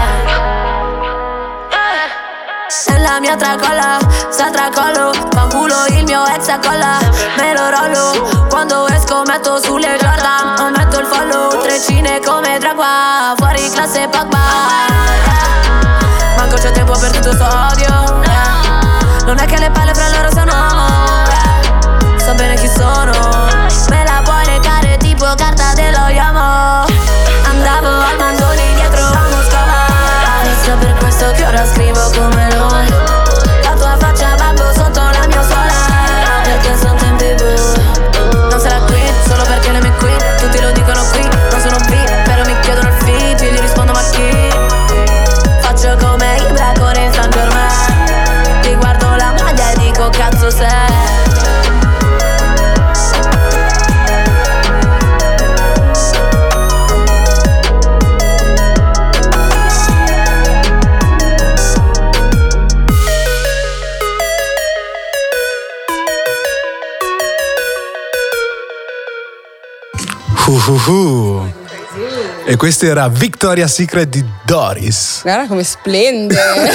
Speaker 7: E la mia tracolla, sta tracollo. Fanculo il mio ex a colla. Me lo rollo, quando esco metto sulle Jordan. Non metto il follow, treccine come Dragua. Fuori classe Pogba. Manco c'è tempo per tutto sto odio. Non è che le palle fra loro sono. So bene chi sono. Me la puoi legare tipo carta dello Yamo. Andavo al Manzoni dietro a Moscova. Forse per questo che ora scrivo come noi. La tua faccia babbo sotto la mia sola. Perché son tempi bui. Non sarà qui solo perché le mie qui. Tutti lo dicono qui, non sono VIP. Però mi chiedono il feat, io gli rispondo ma chi? Faccio come Ibra con il San Germain. Ti guardo la maglia e dico cazzo sei.
Speaker 1: E questa era Victoria's Secret di Doris.
Speaker 2: Guarda come splende.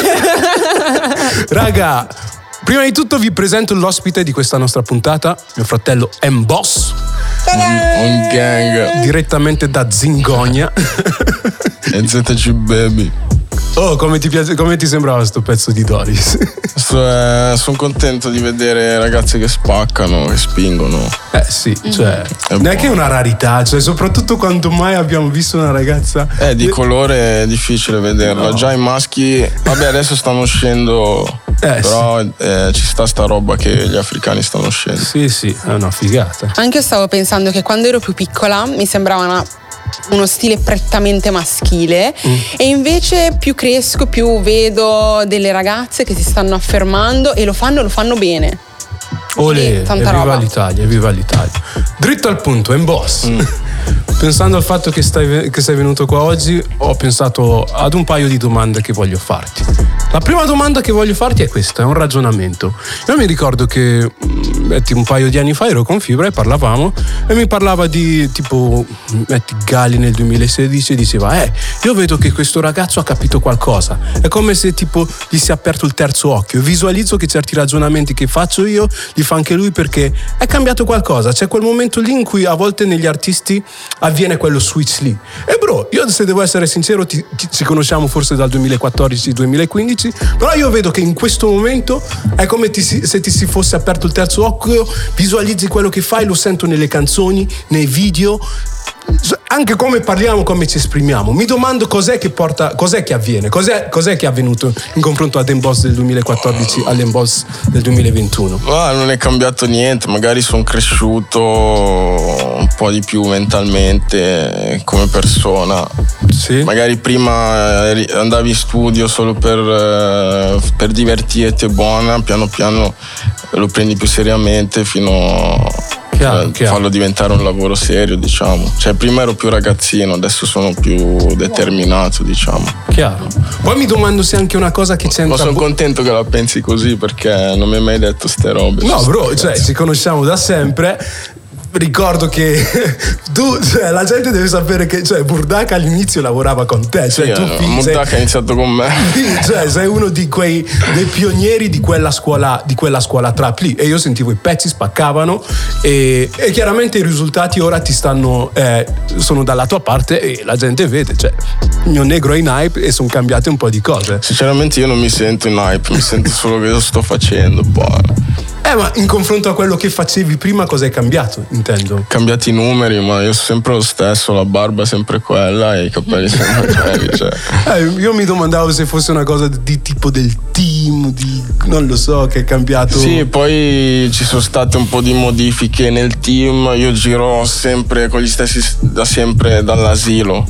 Speaker 1: Raga, prima di tutto vi presento l'ospite di questa nostra puntata, mio fratello M-Boss.
Speaker 8: Un gang.
Speaker 1: Direttamente da Zingonia.
Speaker 8: E ZC Baby.
Speaker 1: Oh, come ti piace, come ti sembrava sto pezzo di Doris?
Speaker 8: Sono contento di vedere ragazze che spaccano, che spingono.
Speaker 1: Sì, cioè, non è che è una rarità, cioè, soprattutto quando mai abbiamo visto una ragazza.
Speaker 8: Di colore è difficile vederla. No. Già i maschi, vabbè, adesso stanno uscendo. Però ci sta roba che gli africani stanno uscendo.
Speaker 1: Sì, è una figata.
Speaker 2: Anche io stavo pensando che quando ero più piccola mi sembrava uno stile prettamente maschile e invece più cresco più vedo delle ragazze che si stanno affermando e lo fanno bene.
Speaker 1: Olè, evviva l'Italia. Dritto al punto, M-Boss. Pensando al fatto che sei venuto qua oggi, ho pensato ad un paio di domande che voglio farti. La prima domanda che voglio farti è questa, è un ragionamento. Io mi ricordo che un paio di anni fa ero con Fibra e parlavamo e mi parlava di tipo Gali nel 2016 e diceva io vedo che questo ragazzo ha capito qualcosa, è come se tipo gli si è aperto il terzo occhio, visualizzo che certi ragionamenti che faccio io li fa anche lui perché è cambiato qualcosa, c'è quel momento lì in cui a volte negli artisti avviene quello switch lì. E bro, io se devo essere sincero ci conosciamo forse dal 2014-2015, però io vedo che in questo momento è come se ti si fosse aperto il terzo occhio, visualizzi quello che fai, lo sento nelle canzoni, nei video anche come parliamo, come ci esprimiamo, mi domando cos'è che avviene, cos'è che è avvenuto in confronto ad Boss del 2014 all'Boss del 2021.
Speaker 8: Non è cambiato niente, magari sono cresciuto un po' di più mentalmente come persona.
Speaker 1: Sì.
Speaker 8: Magari prima andavi in studio solo per divertirti, è buona, piano piano lo prendi più seriamente fino a farlo diventare un lavoro serio, diciamo. Cioè prima ero più ragazzino, adesso sono più determinato, diciamo.
Speaker 1: Chiaro. Poi mi domando se anche una cosa che c'entra.
Speaker 8: Ma sono contento che la pensi così, perché non mi hai mai detto ste robe.
Speaker 1: No bro, cioè ci conosciamo da sempre. Ricordo che la gente deve sapere che Burdak all'inizio lavorava con te,
Speaker 8: Burdak ha iniziato con me.
Speaker 1: Cioè sei uno dei pionieri di quella scuola trap lì, e io sentivo i pezzi spaccavano e chiaramente i risultati ora ti stanno sono dalla tua parte e la gente vede, mio negro è in hype e sono cambiate un po' di cose.
Speaker 8: Sinceramente io non mi sento in hype, mi sento solo che lo sto facendo poi.
Speaker 1: Ma in confronto a quello che facevi prima, cosa è cambiato, intendo?
Speaker 8: Cambiati i numeri, ma io sono sempre lo stesso, la barba è sempre quella e i capelli sempre quelli.
Speaker 1: Io mi domandavo se fosse una cosa di tipo del team, non lo so, che è cambiato.
Speaker 8: Sì, poi ci sono state un po' di modifiche nel team, io giro sempre con gli stessi da sempre dall'asilo.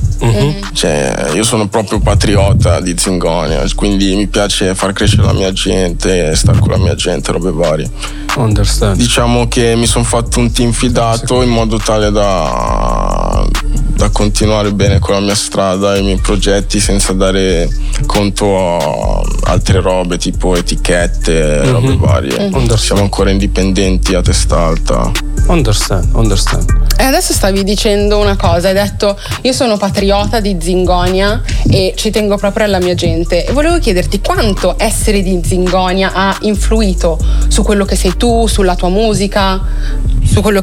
Speaker 8: Io sono proprio patriota di Zingonia, quindi mi piace far crescere la mia gente, stare con la mia gente, robe varie.
Speaker 1: Understand.
Speaker 8: Diciamo che mi sono fatto un team fidato in modo tale da continuare bene con la mia strada e i miei progetti senza dare conto a altre robe tipo etichette, robe varie. Siamo ancora indipendenti a testa alta.
Speaker 1: Understand.
Speaker 2: E adesso stavi dicendo una cosa, hai detto io sono patriota di Zingonia e ci tengo proprio alla mia gente, e volevo chiederti quanto essere di Zingonia ha influito su quello che sei tu, sulla tua musica, sulla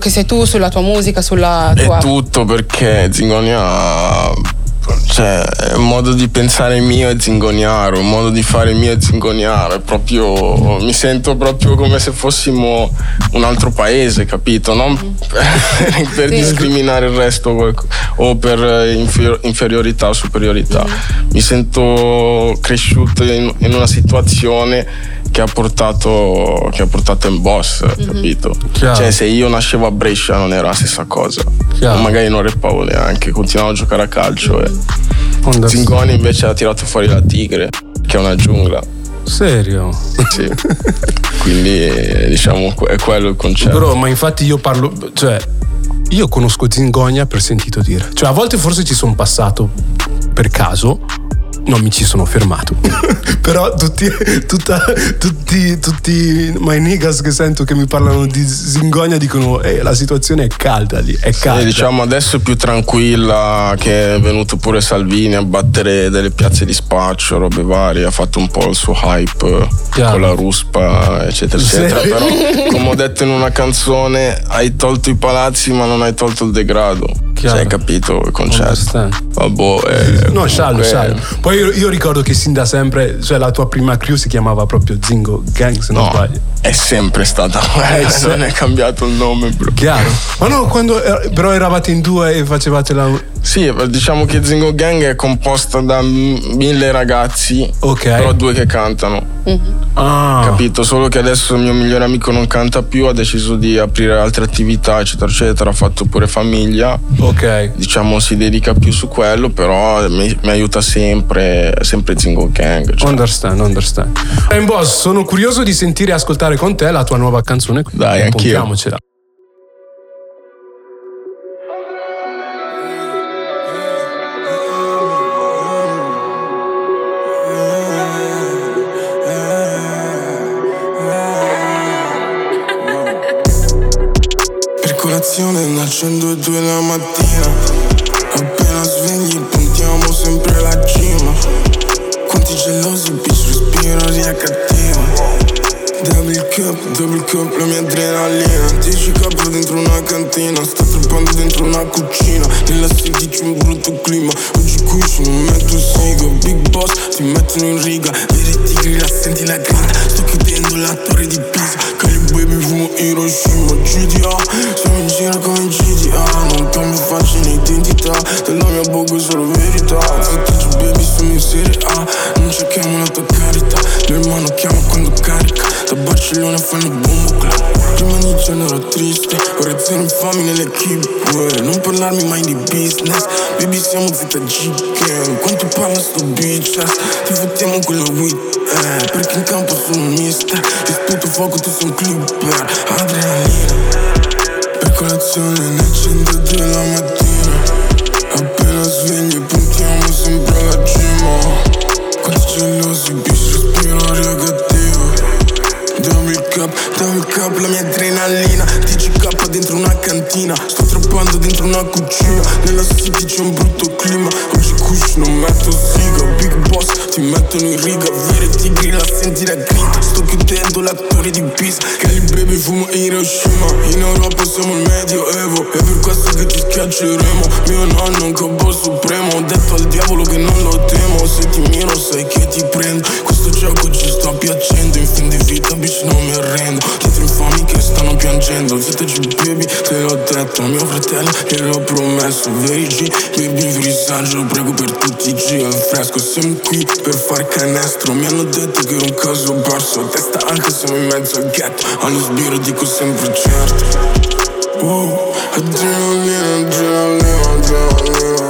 Speaker 2: tua...
Speaker 8: È tutto, perché Zingonia, è un modo di pensare mio e zingoniaro, un modo di fare mio e zingoniaro, è proprio, mi sento proprio come se fossimo un altro paese, capito? Non per discriminare il resto o per inferiorità o superiorità. Mi sento cresciuto in una situazione che ha portato in Boss, capito? Chiaro. Se io nascevo a Brescia non era la stessa cosa. Magari non rappavo neanche, continuavo a giocare a calcio Zingoni invece ha tirato fuori la Tigre, che è una giungla.
Speaker 1: Serio?
Speaker 8: Sì. Quindi diciamo è quello il concetto.
Speaker 1: Però ma infatti io parlo, io conosco Zingonia per sentito dire. A volte forse ci sono passato per caso, non mi ci sono fermato. Però tutti my niggas che sento che mi parlano di Zingonia dicono la situazione è calda lì, è calda.
Speaker 8: Diciamo adesso è più tranquilla, che è venuto pure Salvini a battere delle piazze di spaccio, robe varie, ha fatto un po' il suo hype con la ruspa, eccetera eccetera. Però come ho detto in una canzone, hai tolto i palazzi ma non hai tolto il degrado. Hai capito il concetto?
Speaker 1: No, sciallo. Poi io ricordo che sin da sempre, la tua prima crew si chiamava proprio Zingo Gang, se non sbaglio.
Speaker 8: È sempre stata quella, non è cambiato il nome, bro.
Speaker 1: Chiaro. Ma no, quando però eravate in due e facevate la...
Speaker 8: Sì, diciamo che Zingo Gang è composta da 1000 ragazzi, però 2 che cantano. Capito? Solo che adesso il mio migliore amico non canta più, ha deciso di aprire altre attività, eccetera eccetera, ha fatto pure famiglia. Diciamo si dedica più su quello, però mi aiuta sempre Zingo Gang.
Speaker 1: Understand. Boss, sono curioso di sentire e ascoltare con te la tua nuova canzone.
Speaker 8: Dai, anch'io.
Speaker 5: Nascendo 2 la mattina, appena svegli puntiamo sempre alla cima. Quanti gelosi, bitch, respiro via cattiva. Double cup, la mia adrenalina. 10 capo dentro una cantina, sto trippando dentro una cucina. Nella 16 un brutto clima, oggi qui ci non metto siga. Big boss, ti mettono in riga, veri tigri, la senti la grinta. Sto chiudendo la torre di Pisa, Calibre mi fumo Hiroshima. GDA, siamo in giro come GTA, non cambio faccia nei pubblicità della mia bocca è solo verità. Zittaci baby, sono in serie A, non cerchiamo la tua carità. Mio hermano chiama quando carica, da Barcellona fanno il bombo club. Prima di giorno ero triste, ora zero infami nell'equipe. Non parlarmi mai di business, baby siamo ZG-Gang. Quanto parla sto bitches, ti fottiamo quello weed, perché in campo sono un mister. Ti sputo fuoco, tu sei un clipper. Adrenalina, per colazione nel centro della mattina. Appena svegli puntiamo sempre alla cima. Quanti gelosi, bitch, respiro aria cattiva. Dammi il cap, la mia adrenalina. TGK dentro una cantina, sto trappando dentro una cucina. Nella city c'è un brutto clima, oggi kush non metto siga. Big boss ti mettono in riga, veri tigri la senti la grinta. Sto chiudendo l'attore di Pisa, Kelly baby fumo Hiroshima. In Europa siamo il medioevo, è per questo che ti schiacceremo. Mio nonno un capo supremo, ho detto al diavolo che non lo temo. Se ti miro sai che ti prendo, questo gioco ci sta piacendo. In fin di vita bitch non mi arrendo, dietro infami che stanno piangendo. Zittaci baby, te l'ho detto, mio fratello gliel'ho promesso. Veri G, baby veri saggio, lo prego per tutti i G. È fresco, siamo qui per far canestro. Mi hanno detto che era un caso perso, testa anche siamo in mezzo al ghetto. Allo sbiro dico sempre certo. Adrenalina, adrenalina, adrenalina.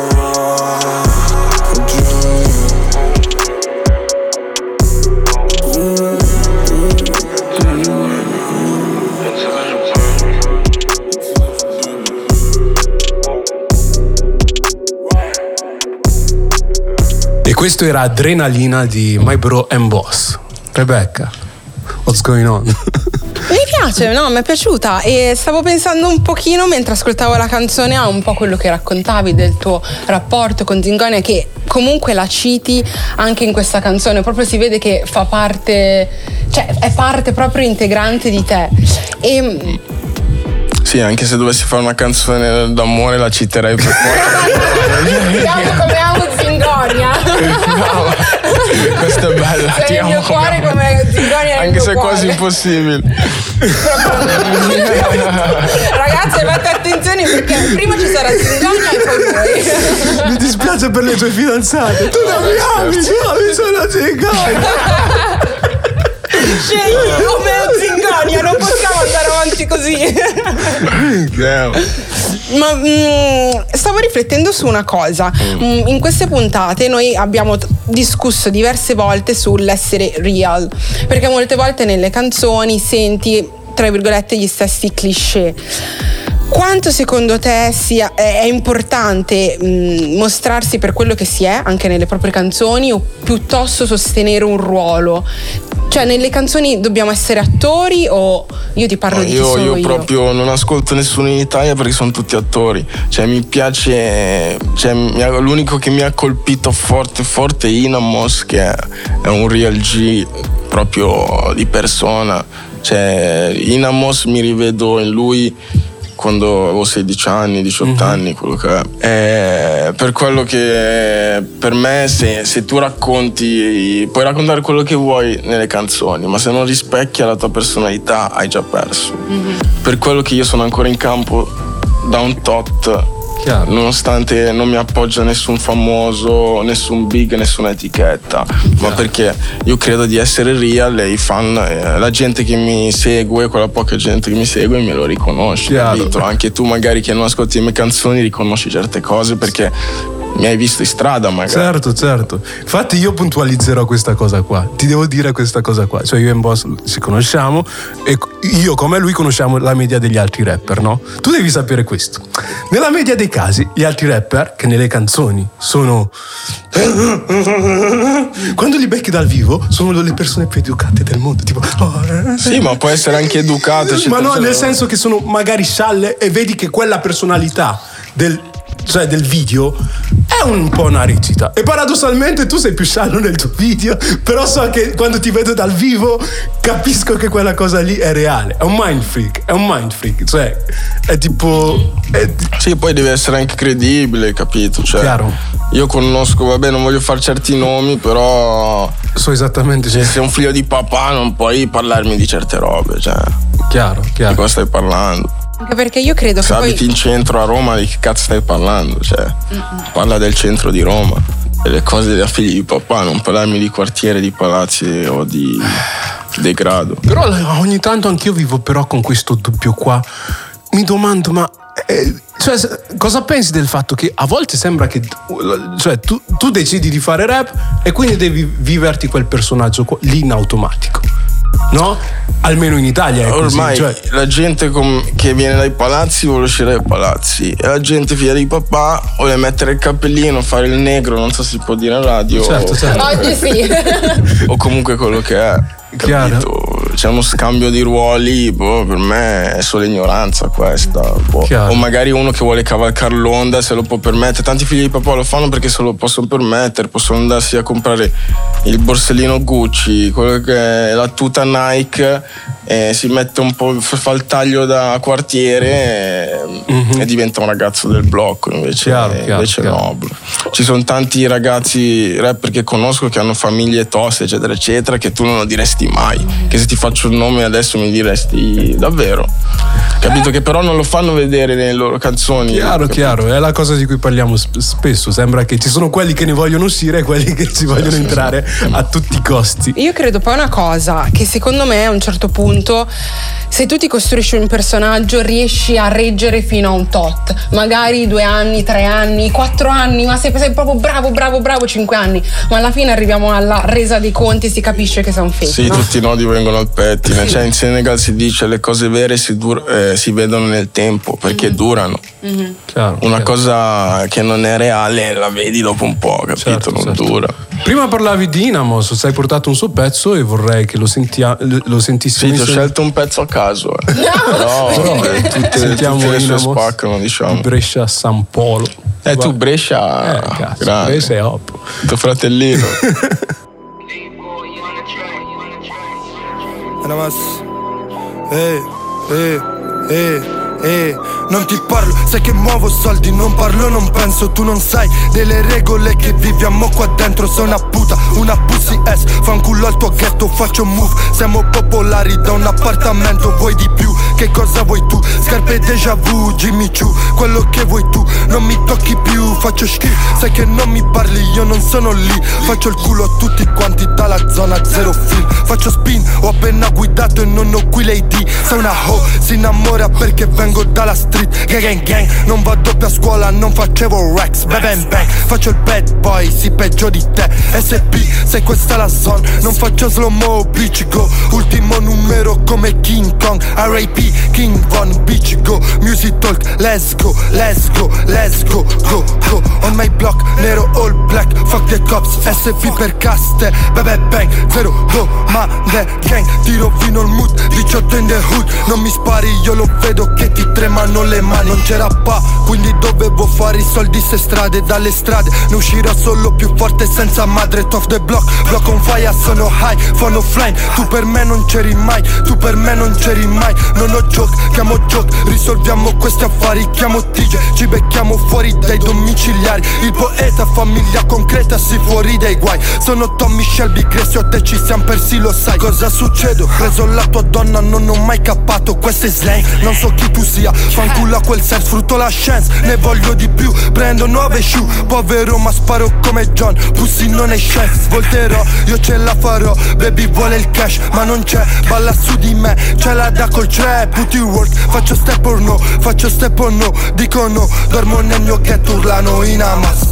Speaker 1: E questo era Adrenalina di My Bro and Boss. Rebecca, what's going on?
Speaker 2: Mi piace, no, mi è piaciuta e stavo pensando un pochino mentre ascoltavo la canzone a un po' quello che raccontavi del tuo rapporto con Zingonia, che comunque la citi anche in questa canzone, proprio si vede che fa parte, cioè è parte proprio integrante di te. E
Speaker 8: sì, anche se dovessi fare una canzone d'amore la citerei per forza.
Speaker 2: Vediamo come amo Zingonia.
Speaker 8: No, questa è bella.
Speaker 2: Sei il mio cuore come Zingonia.
Speaker 8: Anche se è quasi impossibile.
Speaker 2: Ragazze, fate attenzione perché prima ci sarà Zingonia e poi voi.
Speaker 1: Mi dispiace per le tue fidanzate. Tu non mi ami, io sono Zingonia.
Speaker 2: Scegli come Zingonia, non possiamo andare avanti così. Ma stavo riflettendo su una cosa. In queste puntate noi abbiamo discusso diverse volte sull'essere real, perché molte volte nelle canzoni senti, tra virgolette, gli stessi cliché. Quanto secondo te è importante mostrarsi per quello che si è anche nelle proprie canzoni, o piuttosto sostenere un ruolo? Cioè nelle canzoni dobbiamo essere attori o io ti parlo di chi sono io?
Speaker 8: Io proprio non ascolto nessuno in Italia perché sono tutti attori. Cioè mi piace, cioè, l'unico che mi ha colpito forte è Inamos, che è un real G proprio di persona. Cioè Inamos mi rivedo in lui quando avevo 16 anni, 18 anni, quello che è. Per quello che per me se tu racconti, puoi raccontare quello che vuoi nelle canzoni, ma se non rispecchia la tua personalità hai già perso. Per quello che io sono ancora in campo da un tot. Chiaro. Nonostante non mi appoggia nessun famoso, nessun big, nessuna etichetta. Chiaro. Ma perché io credo di essere real e i fan, la gente che mi segue, quella poca gente che mi segue me lo riconosce. Anche tu magari che non ascolti le mie canzoni riconosci certe cose perché mi hai visto in strada magari.
Speaker 1: Certo. Infatti io puntualizzerò questa cosa qua. Ti devo dire questa cosa qua. Cioè io e Boss ci conosciamo e io come lui conosciamo la media degli altri rapper, no? Tu devi sapere questo. Nella media dei casi gli altri rapper che nelle canzoni sono quando li becchi dal vivo sono le persone più educate del mondo, tipo
Speaker 8: sì, ma può essere anche educato,
Speaker 1: ma no, nel senso che sono magari scialle e vedi che quella personalità del video è un po' una recita e paradossalmente tu sei più sciallo nel tuo video, però so che quando ti vedo dal vivo capisco che quella cosa lì è reale, è un mind freak, cioè è tipo
Speaker 8: sì, poi deve essere anche credibile, capito? Cioè,
Speaker 1: chiaro.
Speaker 8: Io conosco, vabbè, non voglio fare certi nomi, però
Speaker 1: so esattamente,
Speaker 8: se sei un figlio di papà non puoi parlarmi di certe robe, cioè
Speaker 1: chiaro.
Speaker 8: di cosa stai parlando?
Speaker 2: Anche perché io credo
Speaker 8: Se
Speaker 2: che
Speaker 8: abiti in centro a Roma, di che cazzo stai parlando? Cioè, parla del centro di Roma, delle cose da figli di papà, non parlarmi di quartiere, di palazzi o di degrado.
Speaker 1: Però ogni tanto anch'io vivo però con questo dubbio qua. Mi domando, ma cioè, cosa pensi del fatto che a volte sembra che cioè, tu decidi di fare rap e quindi devi viverti quel personaggio lì in automatico, no? Almeno in Italia è così.
Speaker 8: Ormai
Speaker 1: cioè,
Speaker 8: la gente che viene dai palazzi vuole uscire dai palazzi e la gente figlia di papà vuole mettere il cappellino, fare il negro, non so se si può dire in radio.
Speaker 1: certo.
Speaker 2: oggi sì.
Speaker 8: O comunque quello che è.
Speaker 1: Chiaro.
Speaker 8: Capito? C'è uno scambio di ruoli, per me è solo ignoranza questa. O magari uno che vuole cavalcare l'onda se lo può permettere. Tanti figli di papà lo fanno perché se lo possono permettere, possono andarsi a comprare il borsellino Gucci, quello che è la tuta Nike, si mette un po', fa il taglio da quartiere e diventa un ragazzo del blocco. Invece no. Ci sono tanti ragazzi rapper che conosco che hanno famiglie toste, eccetera, eccetera, che tu non lo diresti mai. Che se ti faccio il nome adesso mi diresti davvero. Capito? Che però non lo fanno vedere nelle loro canzoni.
Speaker 1: Chiaro, è la cosa di cui parliamo spesso. Sembra che ci sono quelli che ne vogliono uscire e quelli che ci vogliono entrare a tutti i costi.
Speaker 2: Io credo poi una cosa, che secondo me a un certo punto, se tu ti costruisci un personaggio, riesci a reggere fino a un tot, magari 2 anni, 3 anni, 4 anni, ma sei proprio bravo 5 anni, ma alla fine arriviamo alla resa dei conti e si capisce che sei un fake.
Speaker 8: Sì, no? Tutti i nodi vengono al pettine. Cioè in Senegal si dice le cose vere si vedono nel tempo perché durano. Una cosa che non è reale la vedi dopo un po', capito? Non dura.
Speaker 1: Prima parlavi di Inamos, ci hai portato un suo pezzo e vorrei che lo sentissimo.
Speaker 8: Sì, ti ho scelto un pezzo a caso.
Speaker 1: Però
Speaker 8: tutte le sue spaccano, diciamo.
Speaker 1: Brescia San Polo.
Speaker 8: Tu Brescia,
Speaker 1: cazzo,
Speaker 8: grande.
Speaker 1: Brescia è hop.
Speaker 8: Tuo fratellino.
Speaker 9: Non ti parlo, sai che muovo soldi, non parlo, non penso, tu non sai delle regole che viviamo qua dentro. Sei una puta, una pussy ass, fanculo al tuo ghetto, faccio move, siamo popolari da un appartamento, vuoi di più, che cosa vuoi tu? Scarpe déjà vu, Jimmy Choo, quello che vuoi tu, non mi tocchi più, faccio schifo, sai che non mi parli, io non sono lì, faccio il culo a tutti quanti dalla zona, zero film, faccio spin, ho appena guidato e non ho qui l'AD, sei una ho, si innamora perché vengo dalla street. Gang gang, non vado più a scuola, non facevo Rex, bang bang, faccio il bad boy, sì peggio di te. SP, se questa è la zone, non faccio slow mo, bitch go. Ultimo numero come King Kong, R.A.P. King Von, bitch go. Music talk, let's go, let's go, let's go, go, go. On my block, nero all black, fuck the cops, SP per caste, bang bang, zero domande, gang, ti rovino il mood, 18 in the hood, non mi spari, io lo vedo che ti tremano le mani, non c'era quindi dovevo fare i soldi se strade, dalle strade ne uscirò solo più forte senza madre. Top the block, block on fire, sono high, phone offline, tu per me non c'eri mai, tu per me non c'eri mai, non ho joke, chiamo joke, risolviamo questi affari, chiamo TJ, ci becchiamo fuori dai domiciliari, il poeta, famiglia concreta, si fuori dai guai, sono Tommy Shelby, Gracie o te ci siamo persi, lo sai cosa succede, ho preso la tua donna, non ho mai cappato, questo è slang, non so chi tu sia, fanculo a quel senso, sfrutto la chance, ne voglio di più, prendo 9 shoe, povero ma sparo come John, pussy non è chef, volterò, io ce la farò, baby vuole il cash, ma non c'è, balla su di me, ce la da col trap, put you work, faccio step or no, dico no, dormo nel mio ghetto, urlano in Hamas.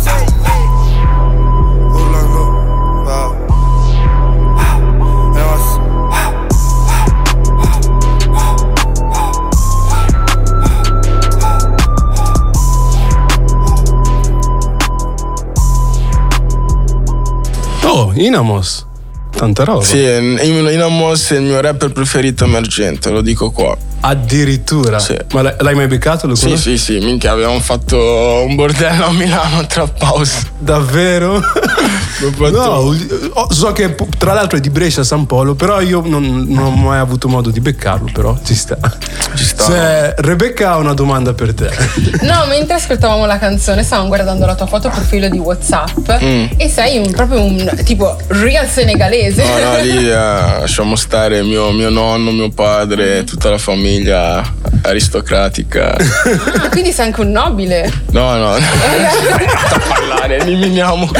Speaker 1: Oh, Inamos, tanta roba.
Speaker 8: Sì, Inamos è il mio rapper preferito emergente, lo dico qua.
Speaker 1: Addirittura?
Speaker 8: Sì.
Speaker 1: Ma l'hai mai beccato? Lo conosci?
Speaker 8: Sì, minchia, avevamo fatto un bordello a Milano tra pause.
Speaker 1: Davvero? No, so che tra l'altro è di Brescia San Polo, però io non ho mai avuto modo di beccarlo, però ci sta. Rebecca ha una domanda per te.
Speaker 2: No, mentre ascoltavamo la canzone stavamo guardando la tua foto profilo di WhatsApp e sei proprio un tipo real senegalese.
Speaker 8: No, lì lasciamo stare mio nonno, mio padre, tutta la famiglia aristocratica.
Speaker 2: Ah, quindi sei anche un nobile.
Speaker 8: No, a parlare, eliminiamo.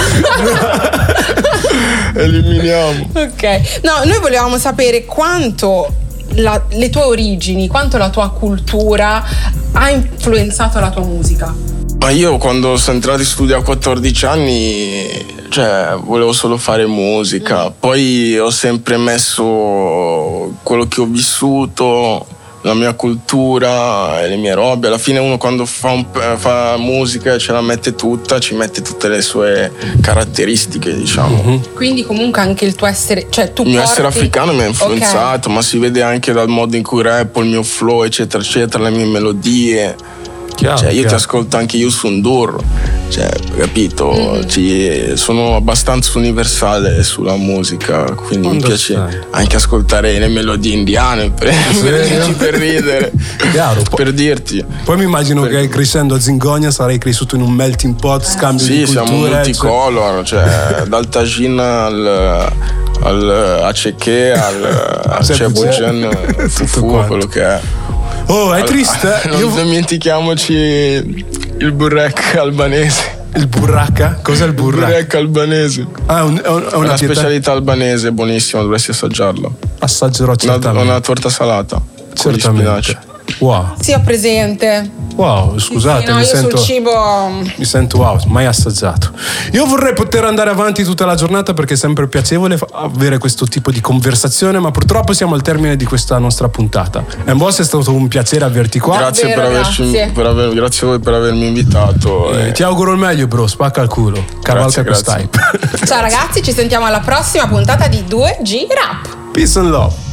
Speaker 2: Ok, no, noi volevamo sapere quanto le tue origini, quanto la tua cultura ha influenzato la tua musica.
Speaker 8: Ma io quando sono entrato in studio a 14 anni, volevo solo fare musica, poi ho sempre messo quello che ho vissuto, la mia cultura e le mie robe. Alla fine uno quando fa musica ce la mette tutta, ci mette tutte le sue caratteristiche, diciamo.
Speaker 2: Quindi comunque anche il tuo essere, il
Speaker 8: mio essere africano mi ha influenzato, ma si vede anche dal modo in cui rappo, il mio flow, eccetera eccetera, le mie melodie. Io ti ascolto anche Youssou N'Dour, capito? Sono abbastanza universale sulla musica, quindi mi piace anche ascoltare le melodie indiane per ridere.
Speaker 1: Chiaro,
Speaker 8: per dirti.
Speaker 1: Poi mi immagino che crescendo a Zingonia sarei cresciuto in un melting pot, scambio di culture.
Speaker 8: Sì, siamo multicolor, dal tagine al Aceke, al Cebugen, Fufu, quello che è.
Speaker 1: Oh, è triste.
Speaker 8: Non dimentichiamoci il burek albanese.
Speaker 1: Il burraka? Cos'è il burraka?
Speaker 8: Il burek albanese.
Speaker 1: È
Speaker 8: una specialità albanese, buonissima, dovresti assaggiarla.
Speaker 1: Assaggerò certamente.
Speaker 8: Una torta salata.
Speaker 1: Certamente. Wow.
Speaker 2: Sì, ho presente.
Speaker 1: Wow, scusate,
Speaker 2: io sul cibo
Speaker 1: mi sento wow, mai assaggiato. Io vorrei poter andare avanti tutta la giornata perché è sempre piacevole avere questo tipo di conversazione, ma purtroppo siamo al termine di questa nostra puntata. Boss, è stato un piacere averti qua.
Speaker 8: Grazie grazie a voi per avermi invitato.
Speaker 1: Ti auguro il meglio, bro, spacca il culo. Cavalca questo type.
Speaker 2: Ciao ragazzi, ci sentiamo alla prossima puntata di 2G Rap.
Speaker 1: Peace and love.